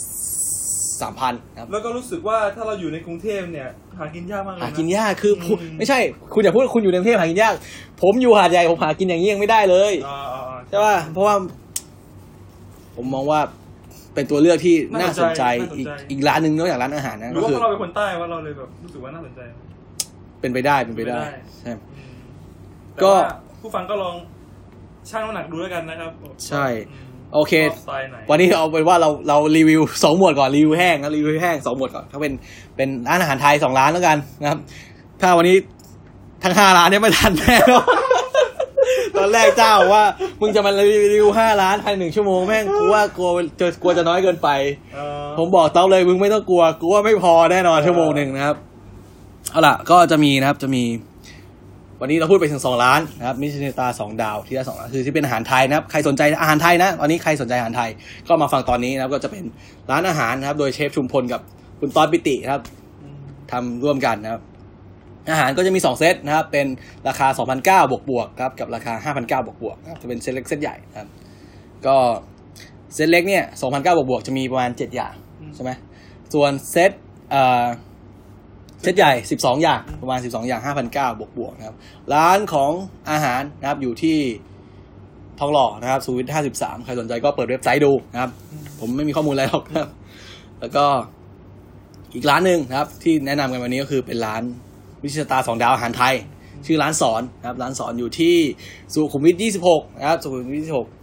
3,000 ครับแล้วก็รู้สึกว่าถ้าเราอยู่ในกรุงเทพเนี่ยหากินยากมากเลยหากินยากคือไม่ใช่คุณอย่าพูดคุณอยู่ในกรุงเทพหากินยากผมอยู่หาดใหญ่ผมหากินอย่างนี้ยังไม่ได้เลยใช่ป่ะเพราะว่าผมมองว่าเป็นตัวเลือกที่น่าสนใจอีกร้านนึงนอกจากร้านอาหารนะหรือว่าเราเป็นคนใต้ว่าเราเลยแบบรู้สึกว่าน่าสนใจเป็นไปได้ใช่ก็ผู้ฟังก็ลองชั่งน้ำหนักดูแล้วกันนะครับใช่โอเควันนี้เอาเป็นว่าเรารีวิว2หมวดก่อนรีวิวแห้งแล้วรีวิวแห้ง2หมวดก่อนถ้าเป็นร้านอาหารไทย2ร้านแล้วกันนะครับถ้าวันนี้ทั้ง5ร้านเนี่ยไม่ทันแน่แล้วตอนแรกเจ้าว่ามึงจะมารีวิว5ร้านภายใน1ชั่วโมงแม่งกูว่ากลัวจะน้อยเกินไปผมบอกต๊อบเลยมึงไม่ต้องกลัวกูว่าไม่พอแน่นอนชั่วโมงนึงนะครับเอาล่ะก็จะมีนะครับจะมีวันนี้เราพูดไปถึง2ร้านนะครับมิชลินสตาร์2ดาวที่ได้2ร้านคือที่เป็นอาหารไทยนะครับใครสนใจอาหารไทยนะตอนนี้ใครสนใจอาหารไทยก็มาฟังตอนนี้นะครับก็จะเป็นร้านอาหารนะครับโดยเชฟชุมพลกับคุณต้อนปิตินะครับทำร่วมกันนะครับอาหารก็จะมี2เซตนะครับเป็นราคา 2,900 บวกครับกับราคา 5,900 บวกนะครับจะเป็นเซตเล็กเซตใหญ่นะครับก็เซตเล็กเนี่ย 2,900 บวกจะมีประมาณ7อย่างใช่ไหมส่วนเซตใหญ่12อย่างประมาณ12อย่าง 5,900 บวกนะครับร้านของอาหารนะครับอยู่ที่ทองหล่อนะครับสุขุมวิท53ใครสนใจก็เปิดเว็บไซต์ดูนะครับผมไม่มีข้อมูลอะไรหรอกนะครับแล้วก็อีกร้านนึงนะครับที่แนะนำกันวันนี้ก็คือเป็นร้านมิชลินสตาร์2ดาวอาหารไทยชื่อร้านสอนนะครับร้านสอนอยู่ที่สุขุมวิท26นะครับสุขุมวิท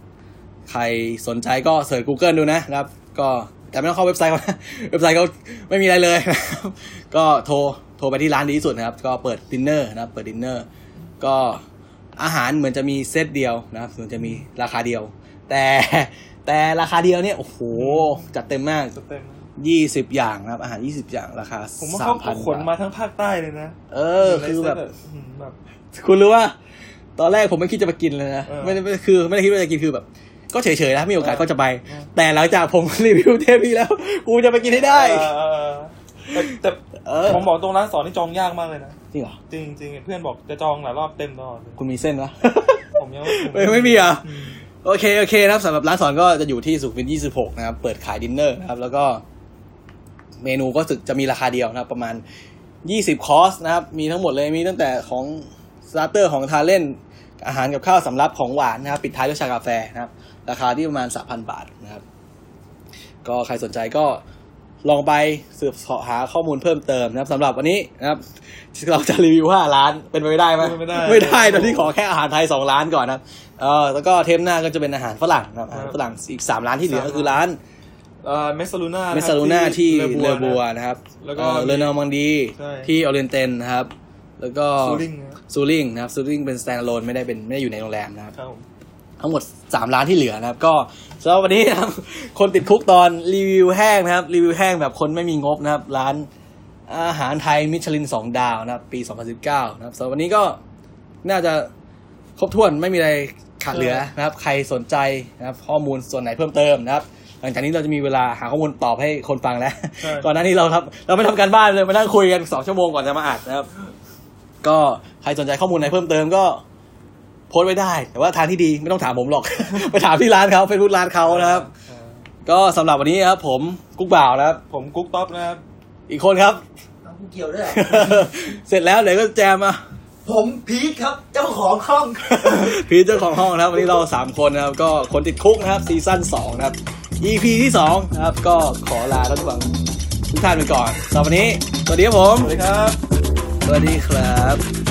26ใครสนใจก็เสิร์ช Google ดูนะครับก็แต่ไม่ต้องเข้าเว็บไซต์นะเว็บไซต์เขาไม่มีอะไรเลยก็โทรไปที่ร้านดีที่สุดนะครับก็เปิดดินเนอร์นะครับเปิดดินเนอร์ก็อาหารเหมือนจะมีเซตเดียวนะครับเหมือนจะมีราคาเดียวแต่ราคาเดียวเนี่ยโอ้โหจัดเต็มมาก20อย่างนะครับอาหาร20อย่างราคา 3,000 ผมว่าเขาขนมาทั้งภาคใต้เลยนะคือแบบคุณรู้ว่าตอนแรกผมไม่คิดจะไปกินเลยนะไม่ได้คิดว่าจะกินคือแบบก็เฉยๆนะมีโอกาสก็จะไปแต่หลังจากผมรีวิวเทปนี้แล้วกูจะไปกินให้ได้แต่ผมบอกตรงร้านสอนนี่จองยากมากเลยนะจริงเหรอจริงเพื่อนบอกจะจองหลายรอบเต็มตลอดคุณมีเส้นปะผมยังไม่มีอ่ะโอเคนะครับสำหรับร้านสอนก็จะอยู่ที่สุขุมวิท26นะครับเปิดขายดินเนอร์นะครับแล้วก็เมนูก็จะมีราคาเดียวนะครับประมาณ20คอร์สนะครับมีทั้งหมดเลยมีตั้งแต่ของสตาร์เตอร์ของทานเล่นอาหารกับข้าวสำรับของหวานนะครับปิดท้ายด้วยชากาแฟนะครับราคาที่ประมาณ 3,000 บาทนะครับก็ใครสนใจก็ลองไปสืบหาข้อมูลเพิ่มเติมนะครับสำหรับวันนี้นะครับเราจะรีวิว5ร้านเป็นไปไม่ได้ไหมไม่ได้ตอนที่ขอแค่อาหารไทย2ร้านก่อนนะครับแล้วก็เทปหน้าก็จะเป็นอาหารฝรั่งนะครับอาหารฝรั่งอีก3ร้านที่เหลือก็คือร้านเมสซาลูน่าที่เลอบัวนะครับแล้วก็เลอนอร์มังดีที่ออเรนเตนนะครับแล้วก็ซูริงนะครับซูริงเป็นสแตนด์อะโลนไม่ได้อยู่ในโรงแรมนะครับทั้งหมด3ร้านที่เหลือนะครับก็สำหรับวันนี้นะครับคนติดคุกตอนรีวิวแห้งนะครับรีวิวแห้งแบบคนไม่มีงบนะครับร้านอาหารไทยมิชลิน2ดาวนะครับปี2019นะครับสำหรับวันนี้ก็น่าจะครบถ้วนไม่มีอะไรขาดเหลือนะครับใครสนใจนะครับข้อมูลส่วนไหนเพิ่มเติมนะครับหลังจากนี้เราจะมีเวลาหาข้อมูลตอบให้คนฟังแล้วก่อนหน้านี้เราไม่ทำการบ้านเลยมานั่งคุยกัน2ชั่วโมงก่อนจะมาอัดนะครับก็ใครสนใจข้อมูลไหนเพิ่มเติมก็โพสต์ไว้ได้แต่ว่าทางที่ดีไม่ต้องถามผมหรอก ไปถามที่ร้านเขาไปพูดร้านเขานะครับก็สำหรับวันนี้ครับผมกุ๊กบ่าวนะครับผมกุ๊กต๊อบนะครับอีกคนครับกูเกี่ยวด้วยเสร็จแล้วเดี๋ยวก็แจมมาผมพีทครับเจ้าของห้องพีทเจ้าของห้องนะครับวันนี้เรา3คนนะครับก็คนติดคุกนะครับซีซั่น2นะครับ EP ที่2นะครับก็ขอลาท่านผู้ฟังทุกท่านไปก่อนสำหรับวันนี้สวัสดีครับผมสวัสดีครับสวัสดีครับ